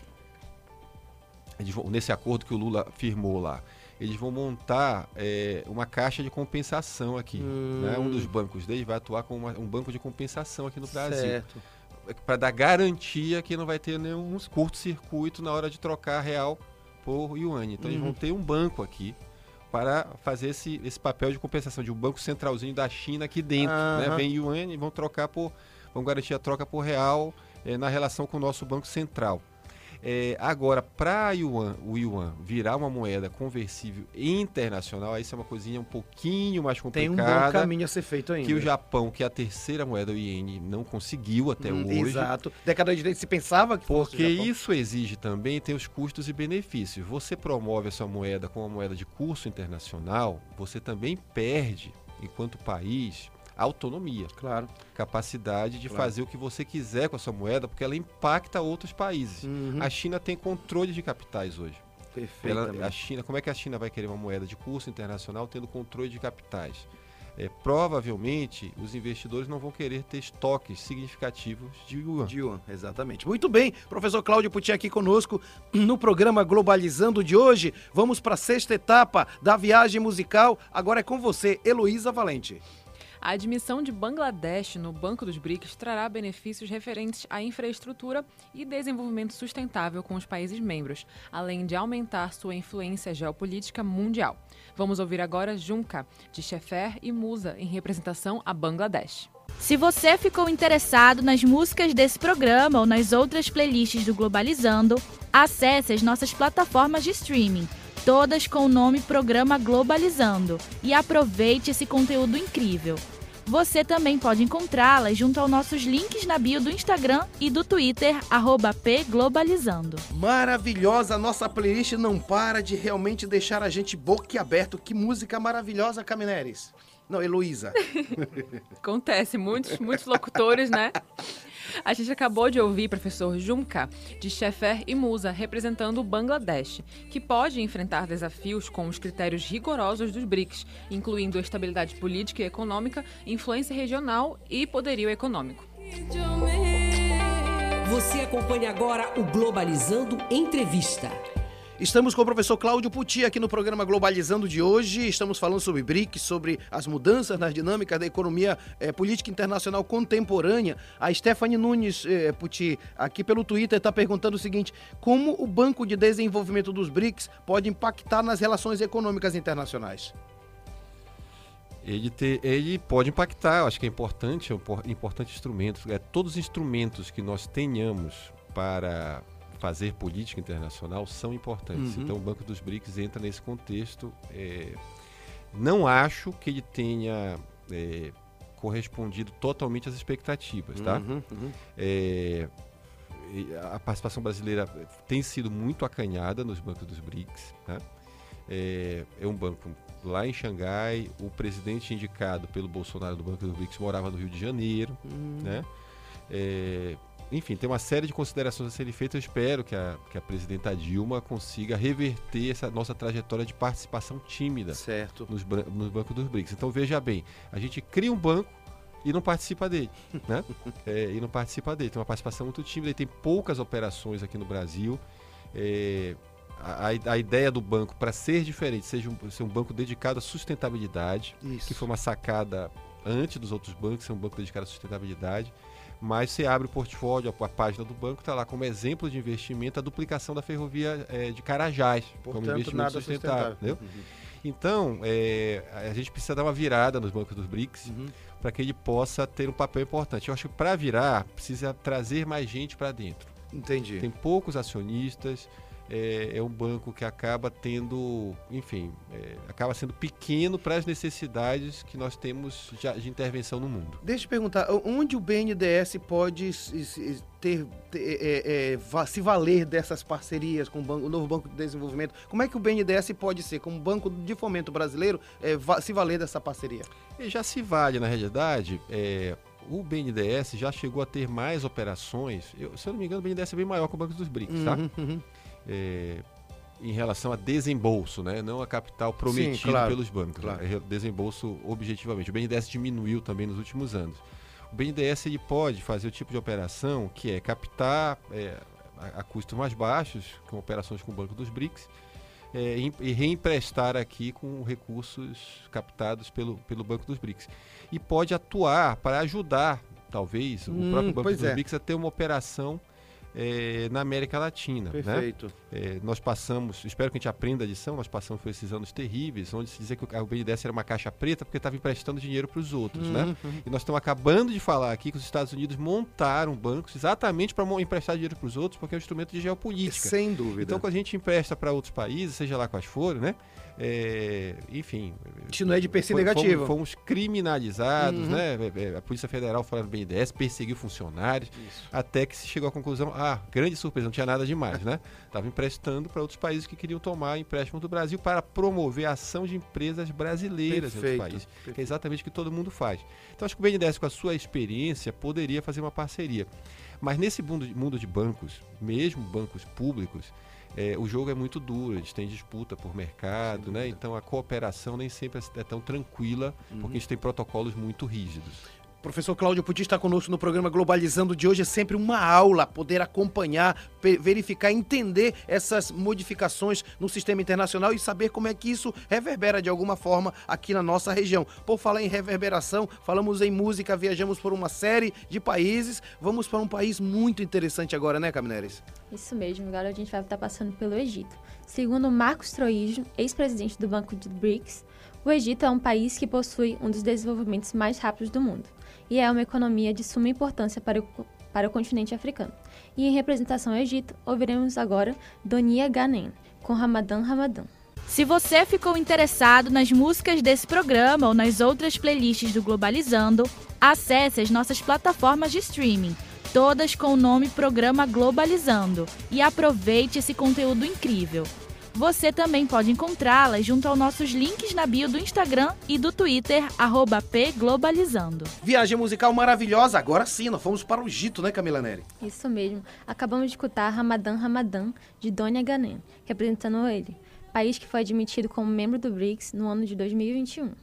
Nesse acordo que o Lula firmou lá, eles vão montar é, uma caixa de compensação aqui. Hum. Né? Um dos bancos deles vai atuar como uma, um banco de compensação aqui no Brasil. Para dar garantia que não vai ter nenhum curto-circuito na hora de trocar real por yuan. Então, hum. eles vão ter um banco aqui para fazer esse, esse papel de compensação de um banco centralzinho da China aqui dentro. Né? Vem yuan e vão trocar por, vão garantir a troca por real é, na relação com o nosso Banco Central. É, agora, para o yuan virar uma moeda conversível internacional, aí isso é uma coisinha um pouquinho mais complicada. Tem um bom caminho a ser feito ainda. Que o Japão, que é a terceira moeda, o iene, não conseguiu até hum, hoje. Exato. Década de dez se pensava que fosse Porque isso exige também ter os custos e benefícios. Você promove a sua moeda como uma moeda de curso internacional, você também perde, enquanto país, autonomia, claro, capacidade de claro. fazer o que você quiser com a sua moeda, porque ela impacta outros países. Uhum. A China tem controle de capitais hoje. Perfeito. A China, como é que a China vai querer uma moeda de curso internacional tendo controle de capitais? É, provavelmente os investidores não vão querer ter estoques significativos de yuan. De yuan, exatamente. Muito bem, professor Cláudio Pucci aqui conosco no programa Globalizando de hoje. Vamos para a sexta etapa da viagem musical. Agora é com você, Heloísa Valente. A admissão de Bangladesh no Banco dos BRICS trará benefícios referentes à infraestrutura e desenvolvimento sustentável com os países membros, além de aumentar sua influência geopolítica mundial. Vamos ouvir agora Junca, de Shefer e Musa, em representação a Bangladesh. Se você ficou interessado nas músicas desse programa ou nas outras playlists do Globalizando, acesse as nossas plataformas de streaming, todas com o nome Programa Globalizando, e aproveite esse conteúdo incrível. Você também pode encontrá-las junto aos nossos links na bio do Instagram e do Twitter, arroba pglobalizando. Maravilhosa, nossa playlist não para de realmente deixar a gente boquiaberto. Que música maravilhosa, Camineres. Não, Heloísa. Acontece, muitos, muitos locutores, né? A gente acabou de ouvir professor Junka, de Sheffer e Musa, representando o Bangladesh, que pode enfrentar desafios com os critérios rigorosos dos BRICS, incluindo estabilidade política e econômica, influência regional e poderio econômico. Você acompanha agora o Globalizando Entrevista. Estamos com o professor Cláudio Pucci aqui no programa Globalizando de hoje. Estamos falando sobre BRICS, sobre as mudanças nas dinâmicas da economia eh, política internacional contemporânea. A Stephanie Nunes eh, Pucci, aqui pelo Twitter, está perguntando o seguinte: como o Banco de Desenvolvimento dos BRICS pode impactar nas relações econômicas internacionais? Ele, ter, ele pode impactar, eu acho que é importante, é um importante instrumento. É, todos os instrumentos que nós tenhamos para fazer política internacional são importantes. Uhum. Então o Banco dos BRICS entra nesse contexto. É, não acho que ele tenha é, correspondido totalmente às expectativas, tá? Uhum, uhum. É, a participação brasileira tem sido muito acanhada nos bancos dos BRICS, tá? É, é um banco lá em Xangai. O presidente indicado pelo Bolsonaro do Banco dos BRICS morava no Rio de Janeiro, uhum. né? É, enfim, tem uma série de considerações a serem feitas. Eu espero que a, que a presidenta Dilma consiga reverter essa nossa trajetória de participação tímida certo. Nos, nos bancos dos BRICS. Então, veja bem, a gente cria um banco e não participa dele, né? É, e não participa dele. Tem uma participação muito tímida e tem poucas operações aqui no Brasil. É, a, a ideia do banco, para ser diferente, seja um, ser um banco dedicado à sustentabilidade, Isso. que foi uma sacada antes dos outros bancos, ser um banco dedicado à sustentabilidade. Mas você abre o portfólio, a, a página do banco está lá como exemplo de investimento a duplicação da ferrovia é, de Carajás, Portanto, como investimento nada sustentável. sustentável. Uhum. Então, é, a gente precisa dar uma virada nos bancos dos BRICS uhum. para que ele possa ter um papel importante. Eu acho que para virar, precisa trazer mais gente para dentro. Entendi. Tem poucos acionistas. É, é um banco que acaba tendo, enfim, é, acaba sendo pequeno para as necessidades que nós temos de, de intervenção no mundo. Deixa eu perguntar, onde o B N D E S pode ter, ter, é, é, se valer dessas parcerias com o, banco, o novo Banco de Desenvolvimento? Como é que o B N D E S pode ser, como Banco de Fomento Brasileiro, é, va- se valer dessa parceria? Ele já se vale, na realidade. É, o B N D E S já chegou a ter mais operações. Eu, se eu não me engano, o B N D E S é bem maior que o Banco dos BRICS, uhum, tá? Uhum. É, em relação a desembolso, né? Não a capital prometido Sim, claro, pelos bancos, claro. Né? Desembolso objetivamente. O B N D E S diminuiu também nos últimos anos. O B N D E S ele pode fazer o tipo de operação que é captar é, a, a custos mais baixos, com operações com o Banco dos BRICS, é, e reemprestar aqui com recursos captados pelo, pelo Banco dos BRICS. E pode atuar para ajudar, talvez, hum, o próprio Banco dos é. BRICS a ter uma operação É, na América Latina. Perfeito. Né? É, nós passamos, espero que a gente aprenda a lição, nós passamos por esses anos terríveis, onde se dizia que o B N D E S era uma caixa preta porque estava emprestando dinheiro para os outros. Uhum. Né? E nós estamos acabando de falar aqui que os Estados Unidos montaram bancos exatamente para emprestar dinheiro para os outros, porque é um instrumento de geopolítica. Sem dúvida. Então, quando a gente empresta para outros países, seja lá quais forem, né? É, enfim... Isso não é de per si fomos, negativo. Fomos criminalizados, uhum. né? A Polícia Federal falando do B N D E S, perseguiu funcionários, Isso. até que se chegou à conclusão, ah, grande surpresa, não tinha nada demais, né? Estava emprestando para outros países que queriam tomar empréstimo do Brasil para promover a ação de empresas brasileiras em outros países, perfeito. Que é exatamente o que todo mundo faz. Então, acho que o B N D E S, com a sua experiência, poderia fazer uma parceria. Mas nesse mundo de, mundo de bancos, mesmo bancos públicos, É, o jogo é muito duro, eles têm disputa por mercado, né? Então a cooperação nem sempre é tão tranquila, uhum. porque a gente tem protocolos muito rígidos. Professor Cláudio Pucci está conosco no programa Globalizando de hoje. É sempre uma aula poder acompanhar, verificar, entender essas modificações no sistema internacional e saber como é que isso reverbera de alguma forma aqui na nossa região. Por falar em reverberação, falamos em música, viajamos por uma série de países. Vamos para um país muito interessante agora, né, Camineres? Isso mesmo, agora a gente vai estar passando pelo Egito. Segundo Marcos Troijo, ex-presidente do Banco de BRICS, o Egito é um país que possui um dos desenvolvimentos mais rápidos do mundo e é uma economia de suma importância para o, para o continente africano. E em representação ao Egito, ouviremos agora Donia Ghanem, com Ramadan Ramadan. Se você ficou interessado nas músicas desse programa ou nas outras playlists do Globalizando, acesse as nossas plataformas de streaming, todas com o nome Programa Globalizando, e aproveite esse conteúdo incrível. Você também pode encontrá-las junto aos nossos links na bio do Instagram e do Twitter, arroba pglobalizando. Viagem musical maravilhosa, agora sim, nós fomos para o Egito, né, Camila Neri? Isso mesmo. Acabamos de escutar Ramadan Ramadan, de Donia Ghanem, representando ele, país que foi admitido como membro do BRICS no ano de dois mil e vinte e um.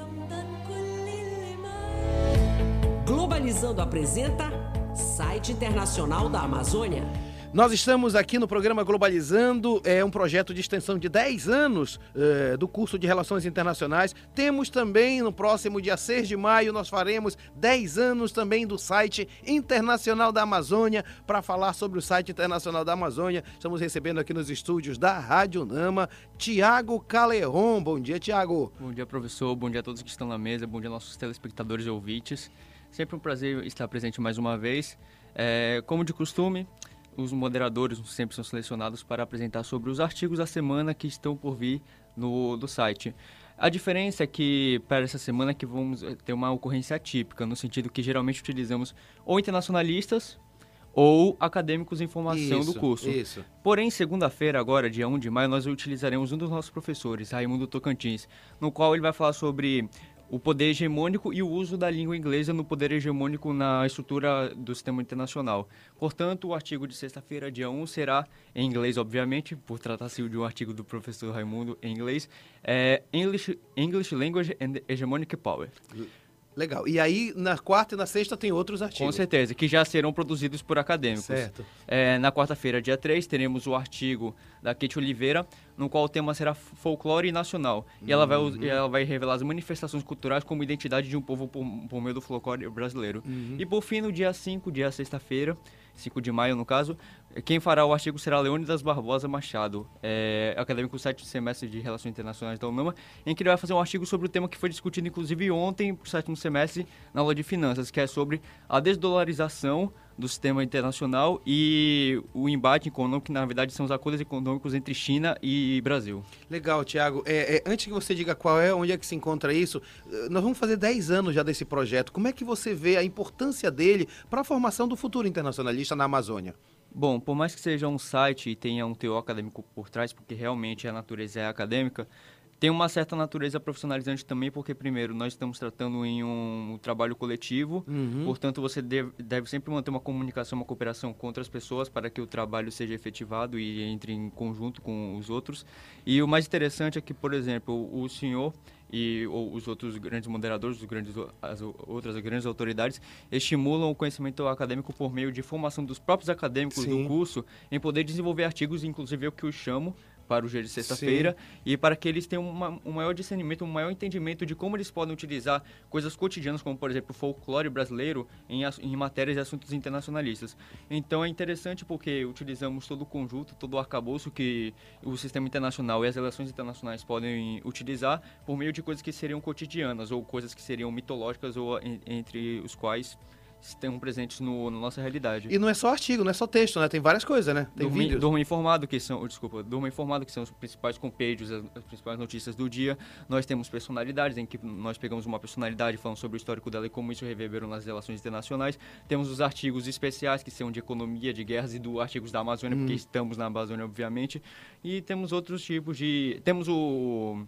Globalizando apresenta Site Internacional da Amazônia. Nós estamos aqui no programa Globalizando, é um projeto de extensão de dez anos é, do curso de Relações Internacionais. Temos também, no próximo dia seis de maio, nós faremos dez anos também do site Internacional da Amazônia. Para falar sobre o site Internacional da Amazônia, estamos recebendo aqui nos estúdios da Rádio Nama, Tiago Caleron. Bom dia, Tiago. Bom dia, professor. Bom dia a todos que estão na mesa. Bom dia, nossos telespectadores e ouvintes. Sempre um prazer estar presente mais uma vez. É, como de costume, os moderadores sempre são selecionados para apresentar sobre os artigos da semana que estão por vir no do site. A diferença é que, para essa semana, que vamos ter uma ocorrência atípica, no sentido que geralmente utilizamos ou internacionalistas ou acadêmicos em formação isso, do curso. Isso. Porém, segunda-feira, agora, dia primeiro de maio, nós utilizaremos um dos nossos professores, Raimundo Tocantins, no qual ele vai falar sobre o poder hegemônico e o uso da língua inglesa no poder hegemônico na estrutura do sistema internacional. Portanto, o artigo de sexta-feira, dia primeiro, será em inglês, obviamente, por tratar-se de um artigo do professor Raimundo em inglês, é English, English Language and Hegemonic Power. Legal. E aí, na quarta e na sexta, tem outros artigos. Com certeza, que já serão produzidos por acadêmicos. Certo. É, na quarta-feira, dia três, teremos o artigo da Kate Oliveira, no qual o tema será folclore nacional. E ela, vai, Uhum. ela vai revelar as manifestações culturais como identidade de um povo por, por meio do folclore brasileiro. Uhum. E por fim, no dia cinco, dia sexta-feira, cinco de maio no caso, quem fará o artigo será Leônidas Barbosa Machado, é, acadêmico do sétimo semestre de Relações Internacionais da UNAMA, em que ele vai fazer um artigo sobre o tema que foi discutido inclusive ontem, para o sétimo semestre, na aula de Finanças, que é sobre a desdolarização do sistema internacional e o embate econômico, que na verdade são os acordos econômicos entre China e Brasil. Legal, Tiago. É, é, antes que você diga qual é, onde é que se encontra isso, nós vamos fazer dez anos já desse projeto. Como é que você vê a importância dele para a formação do futuro internacionalista na Amazônia? Bom, por mais que seja um site e tenha um teor acadêmico por trás, porque realmente a natureza é acadêmica, tem uma certa natureza profissionalizante também, porque, primeiro, nós estamos tratando em um trabalho coletivo, Uhum. portanto, você deve, deve sempre manter uma comunicação, uma cooperação com outras pessoas para que o trabalho seja efetivado e entre em conjunto com os outros. E o mais interessante é que, por exemplo, o senhor e ou os outros grandes moderadores, os grandes, as outras grandes autoridades, estimulam o conhecimento acadêmico por meio de formação dos próprios acadêmicos Sim. do curso em poder desenvolver artigos, inclusive eu que eu chamo para o dia de sexta-feira, e para que eles tenham uma, um maior discernimento, um maior entendimento de como eles podem utilizar coisas cotidianas, como, por exemplo, o folclore brasileiro em, em matérias e assuntos internacionalistas. Então, é interessante porque utilizamos todo o conjunto, todo o arcabouço que o sistema internacional e as relações internacionais podem utilizar por meio de coisas que seriam cotidianas ou coisas que seriam mitológicas ou en, entre os quais estão presentes no, na nossa realidade. E não é só artigo, não é só texto, né? Tem várias coisas, né? Tem Durma, vídeos. Durma Informado, que são, desculpa, Durma Informado, que são os principais compêndios, as, as principais notícias do dia. Nós temos personalidades, em que nós pegamos uma personalidade falando sobre o histórico dela e como isso reverberou nas relações internacionais. Temos os artigos especiais, que são de economia, de guerras e do artigos da Amazônia, hum. porque estamos na Amazônia, obviamente. E temos outros tipos de... Temos o...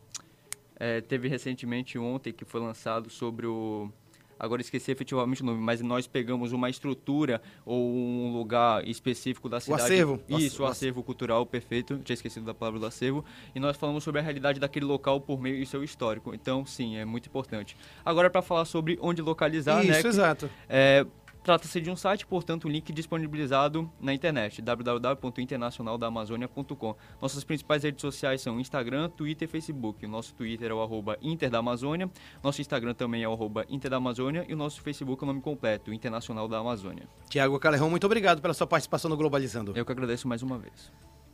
É, teve recentemente ontem que foi lançado sobre o... Agora esqueci efetivamente o nome, mas nós pegamos uma estrutura ou um lugar específico da cidade. O acervo. Isso, o acervo cultural, perfeito. Tinha esquecido da palavra do acervo. E nós falamos sobre a realidade daquele local por meio do seu histórico. Então, sim, é muito importante. Agora, para falar sobre onde localizar, Isso, né? Isso, exato. É, trata-se de um site, portanto, um link disponibilizado na internet, w w w ponto internacional da amazônia ponto com. Nossas principais redes sociais são Instagram, Twitter e Facebook. O nosso Twitter é o arroba Inter da Amazônia, nosso Instagram também é o arroba Inter da Amazônia e o nosso Facebook é o nome completo, Internacional da Amazônia. Tiago Caleron, muito obrigado pela sua participação no Globalizando. Eu que agradeço mais uma vez.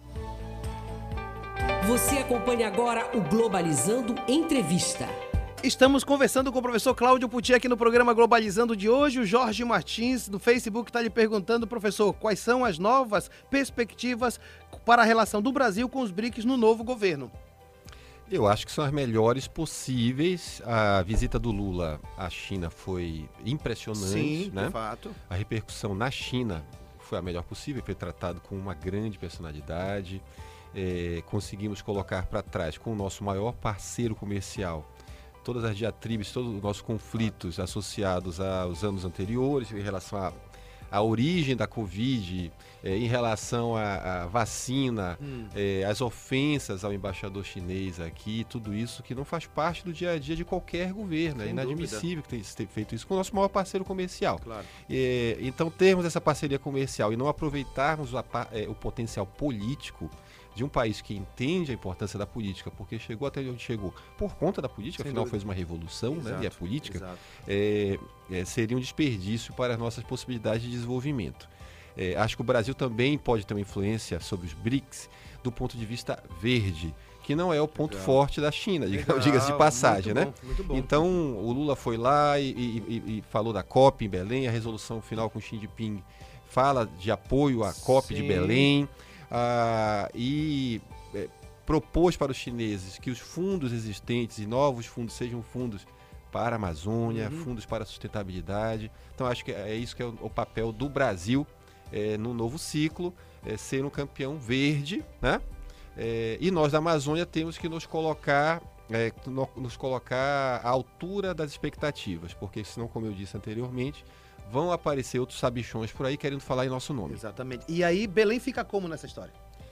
Você acompanha agora o Globalizando Entrevista. Estamos conversando com o professor Cláudio Pucci aqui no programa Globalizando de hoje. O Jorge Martins, do Facebook, está lhe perguntando, professor, quais são as novas perspectivas para a relação do Brasil com os BRICS no novo governo? Eu acho que são as melhores possíveis. A visita do Lula à China foi impressionante. Sim, né? de fato. A repercussão na China foi a melhor possível, foi tratado com uma grande personalidade. é, conseguimos colocar para trás com o nosso maior parceiro comercial todas as diatribes, todos os nossos conflitos associados aos anos anteriores em relação à, à origem da Covid, é, em relação à, à vacina, hum. é, as ofensas ao embaixador chinês aqui, tudo isso que não faz parte do dia a dia de qualquer governo. Sem é inadmissível dúvida. Que tenha feito isso com o nosso maior parceiro comercial. Claro. É, então, termos essa parceria comercial e não aproveitarmos a, é, o potencial político de um país que entende a importância da política, porque chegou até onde chegou por conta da política, sem afinal dúvida. Fez uma revolução, exato, né, e a política, é, é, seria um desperdício para as nossas possibilidades de desenvolvimento. É, acho que o Brasil também pode ter uma influência sobre os BRICS do ponto de vista verde, que não é o ponto Legal. Forte da China, diga-se de passagem, muito né? Bom, muito bom. Então, o Lula foi lá e, e, e falou da COP em Belém, a resolução final com Xi Jinping fala de apoio à COP Sim. de Belém, Ah, e é, propôs para os chineses que os fundos existentes e novos fundos sejam fundos para a Amazônia, uhum. fundos para a sustentabilidade. Então acho que é isso que é o, o papel do Brasil é, no novo ciclo, é, ser um campeão verde, né? É, e nós da Amazônia temos que nos colocar, é, no, nos colocar à altura das expectativas, porque senão, como eu disse anteriormente, vão aparecer outros sabichões por aí querendo falar em nosso nome. Exatamente. E aí, Belém fica como nessa história?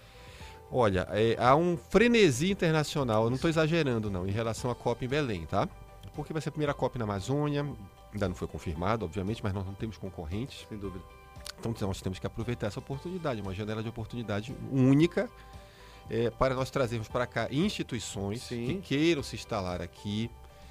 Olha, é, há um frenesi internacional, eu não estou exagerando não, em relação à COP em Belém, tá? Porque vai ser a primeira COP na Amazônia, ainda não foi confirmado, obviamente, mas nós não temos concorrentes. Sem dúvida. Então nós temos que aproveitar essa oportunidade, uma janela de oportunidade única, é, para nós trazermos para cá instituições Sim. que queiram se instalar aqui,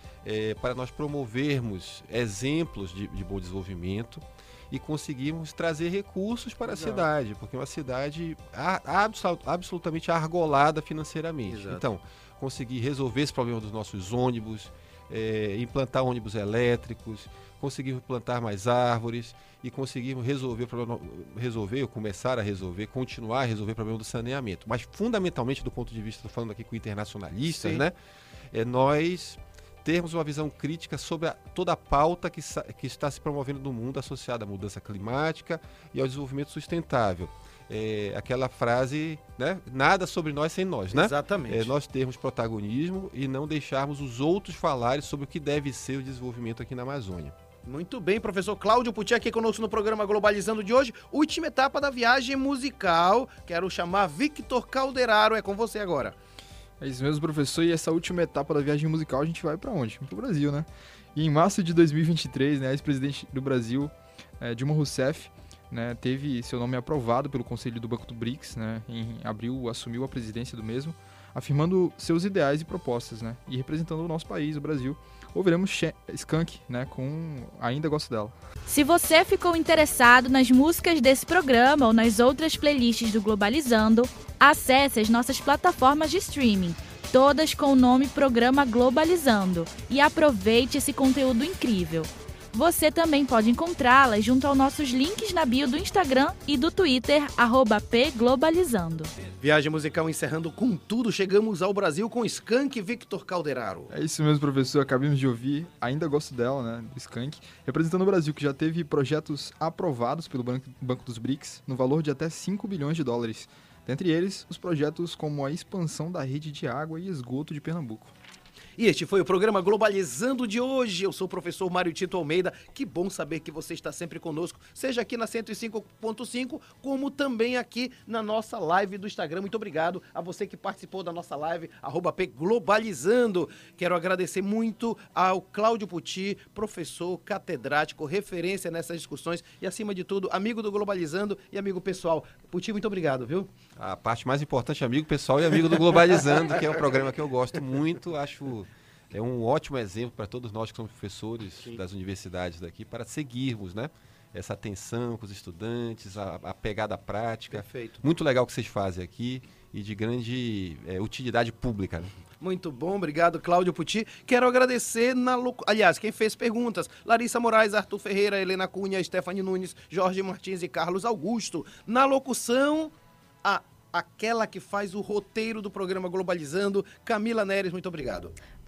É, para nós promovermos exemplos de, de bom desenvolvimento e conseguirmos trazer recursos para Exato. A cidade, porque é uma cidade a, absolut, absolutamente argolada financeiramente. Exato. Então, conseguir resolver esse problema dos nossos ônibus, é, implantar ônibus elétricos, conseguir implantar mais árvores e conseguirmos resolver, resolver ou começar a resolver, continuar a resolver o problema do saneamento. Mas, fundamentalmente, do ponto de vista, estou falando aqui com internacionalistas, né, é nós termos uma visão crítica sobre a, toda a pauta que, que está se promovendo no mundo associada à mudança climática e ao desenvolvimento sustentável. É, aquela frase, né? Nada sobre nós sem nós, né? Exatamente. É, nós termos protagonismo e não deixarmos os outros falarem sobre o que deve ser o desenvolvimento aqui na Amazônia. Muito bem, professor Cláudio Pucci aqui conosco no programa Globalizando de hoje. Última etapa da viagem musical. Quero chamar Victor Calderaro, é com você agora. É isso mesmo, professor, e essa última etapa da viagem musical a gente vai para onde? Para o Brasil, né? E em março de dois mil e vinte e três, né, a ex-presidente do Brasil, é, Dilma Rousseff, né, teve seu nome aprovado pelo Conselho do Banco do BRICS, né, em abril assumiu a presidência do mesmo, afirmando seus ideais e propostas, né, e representando o nosso país, o Brasil. Ouviremos Skank, né, com Ainda Gosto Dela. Se você ficou interessado nas músicas desse programa ou nas outras playlists do Globalizando, acesse as nossas plataformas de streaming, todas com o nome Programa Globalizando, e aproveite esse conteúdo incrível. Você também pode encontrá-las junto aos nossos links na bio do Instagram e do Twitter, arroba pglobalizando. Viagem musical encerrando com tudo, chegamos ao Brasil com Skank e Victor Calderaro. É isso mesmo, professor, acabamos de ouvir Ainda Gosto Dela, né, do Skank, representando o Brasil, que já teve projetos aprovados pelo Banco, Banco dos BRICS no valor de até cinco bilhões de dólares. Dentre eles, os projetos como a expansão da rede de água e esgoto de Pernambuco. E este foi o programa Globalizando de hoje. Eu sou o professor Mário Tito Almeida. Que bom saber que você está sempre conosco, seja aqui na cento e cinco ponto cinco, como também aqui na nossa live do Instagram. Muito obrigado a você que participou da nossa live, arroba P Globalizando. Quero agradecer muito ao Cláudio Pucci, professor, catedrático, referência nessas discussões e, acima de tudo, amigo do Globalizando e amigo pessoal. Pucci, muito obrigado, viu? A parte mais importante, amigo pessoal e amigo do Globalizando, que é um programa que eu gosto muito, acho... É um ótimo exemplo para todos nós que somos professores Sim. das universidades daqui, para seguirmos, né, essa atenção com os estudantes, a, a pegada prática. Perfeito. Muito legal o que vocês fazem aqui e de grande é, utilidade pública. Né? Muito bom, obrigado, Cláudio Pucci. Quero agradecer, na locu... aliás, quem fez perguntas, Larissa Moraes, Arthur Ferreira, Helena Cunha, Stephanie Nunes, Jorge Martins e Carlos Augusto. Na locução, a aquela que faz o roteiro do programa Globalizando, Camila Neres, muito obrigado.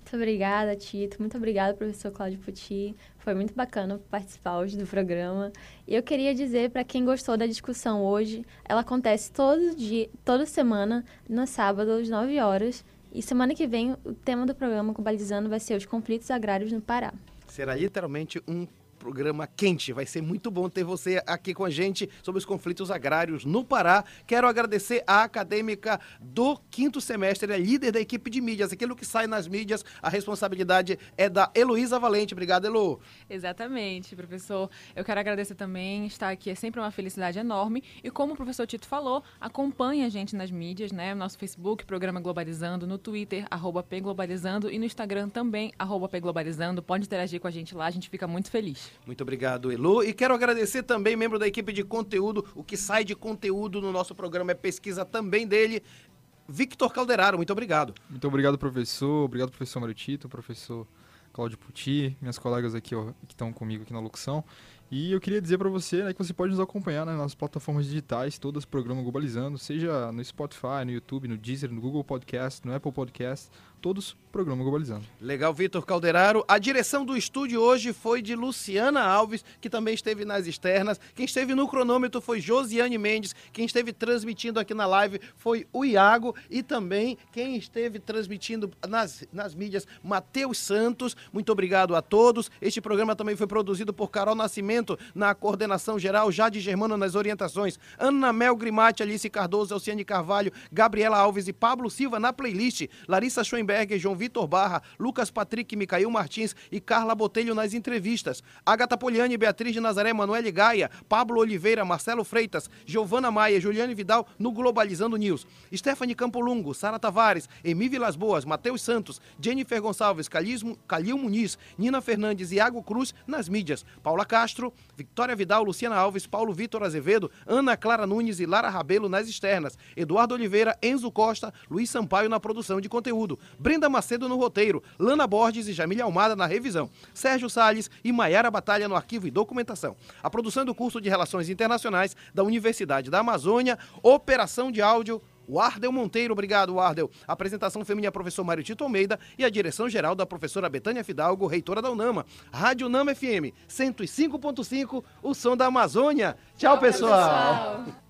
Muito obrigada, Tito. Muito obrigada, professor Cláudio Pucci. Foi muito bacana participar hoje do programa. E eu queria dizer para quem gostou da discussão hoje, ela acontece todo dia, toda semana, no sábado, às nove horas. E semana que vem, o tema do programa Globalizando vai ser os conflitos agrários no Pará. Será literalmente um programa quente. Vai ser muito bom ter você aqui com a gente sobre os conflitos agrários no Pará. Quero agradecer a acadêmica do quinto semestre, a líder da equipe de mídias. Aquilo que sai nas mídias, a responsabilidade é da Heloísa Valente. Obrigado, Elo. Exatamente, professor. Eu quero agradecer também, estar aqui é sempre uma felicidade enorme. E como o professor Tito falou, acompanhe a gente nas mídias, né? Nosso Facebook, Programa Globalizando, no Twitter, arroba pglobalizando, e no Instagram também, arroba pglobalizando. Pode interagir com a gente lá, a gente fica muito feliz. Muito obrigado, Elo. E quero agradecer também, membro da equipe de conteúdo, o que sai de conteúdo no nosso programa é pesquisa também dele, Victor Calderaro. Muito obrigado. Muito obrigado, professor. Obrigado, professor Mário Tito, professor Cláudio Pucci, minhas colegas aqui, ó, que estão comigo aqui na locução. E eu queria dizer para você, né, que você pode nos acompanhar, né, nas plataformas digitais, todas o programa Globalizando, seja no Spotify, no YouTube, no Deezer, no Google Podcast, no Apple Podcast, todos o programa Globalizando. Legal, Vitor Calderaro. A direção do estúdio hoje foi de Luciana Alves, que também esteve nas externas. Quem esteve no cronômetro foi Josiane Mendes. Quem esteve transmitindo aqui na live foi o Iago. E também quem esteve transmitindo nas, nas mídias, Matheus Santos. Muito obrigado a todos. Este programa também foi produzido por Carol Nascimento na coordenação geral, Jade Germano nas orientações, Ana Mel Grimati, Alice Cardoso, Alciane Carvalho, Gabriela Alves e Pablo Silva na playlist, Larissa Schoenberger, João Vitor Barra, Lucas Patrick, Micael Martins e Carla Botelho nas entrevistas, Agatha Poliani, Beatriz de Nazaré, Manoel Gaia, Pablo Oliveira, Marcelo Freitas, Giovana Maia, Juliane Vidal no Globalizando News, Stephanie Campolungo, Sara Tavares, Emi Vilas Boas, Matheus Santos, Jennifer Gonçalves, Calismo, Calil Muniz, Nina Fernandes e Iago Cruz nas mídias, Paula Castro, Victoria Vidal, Luciana Alves, Paulo Vitor Azevedo, Ana Clara Nunes e Lara Rabelo nas externas, Eduardo Oliveira, Enzo Costa, Luiz Sampaio na produção de conteúdo, Brenda Macedo no roteiro, Lana Borges e Jamília Almada na revisão, Sérgio Salles e Maiara Batalha no arquivo e documentação. A produção do curso de Relações Internacionais da Universidade da Amazônia, operação de áudio, Wardel Monteiro. Obrigado, Wardel. A apresentação feminina, professor Mário Tito Almeida, e a direção geral da professora Betânia Fidalgo, reitora da UNAMA. Rádio UNAMA F M, cento e cinco ponto cinco, o som da Amazônia. Tchau, pessoal. pessoal.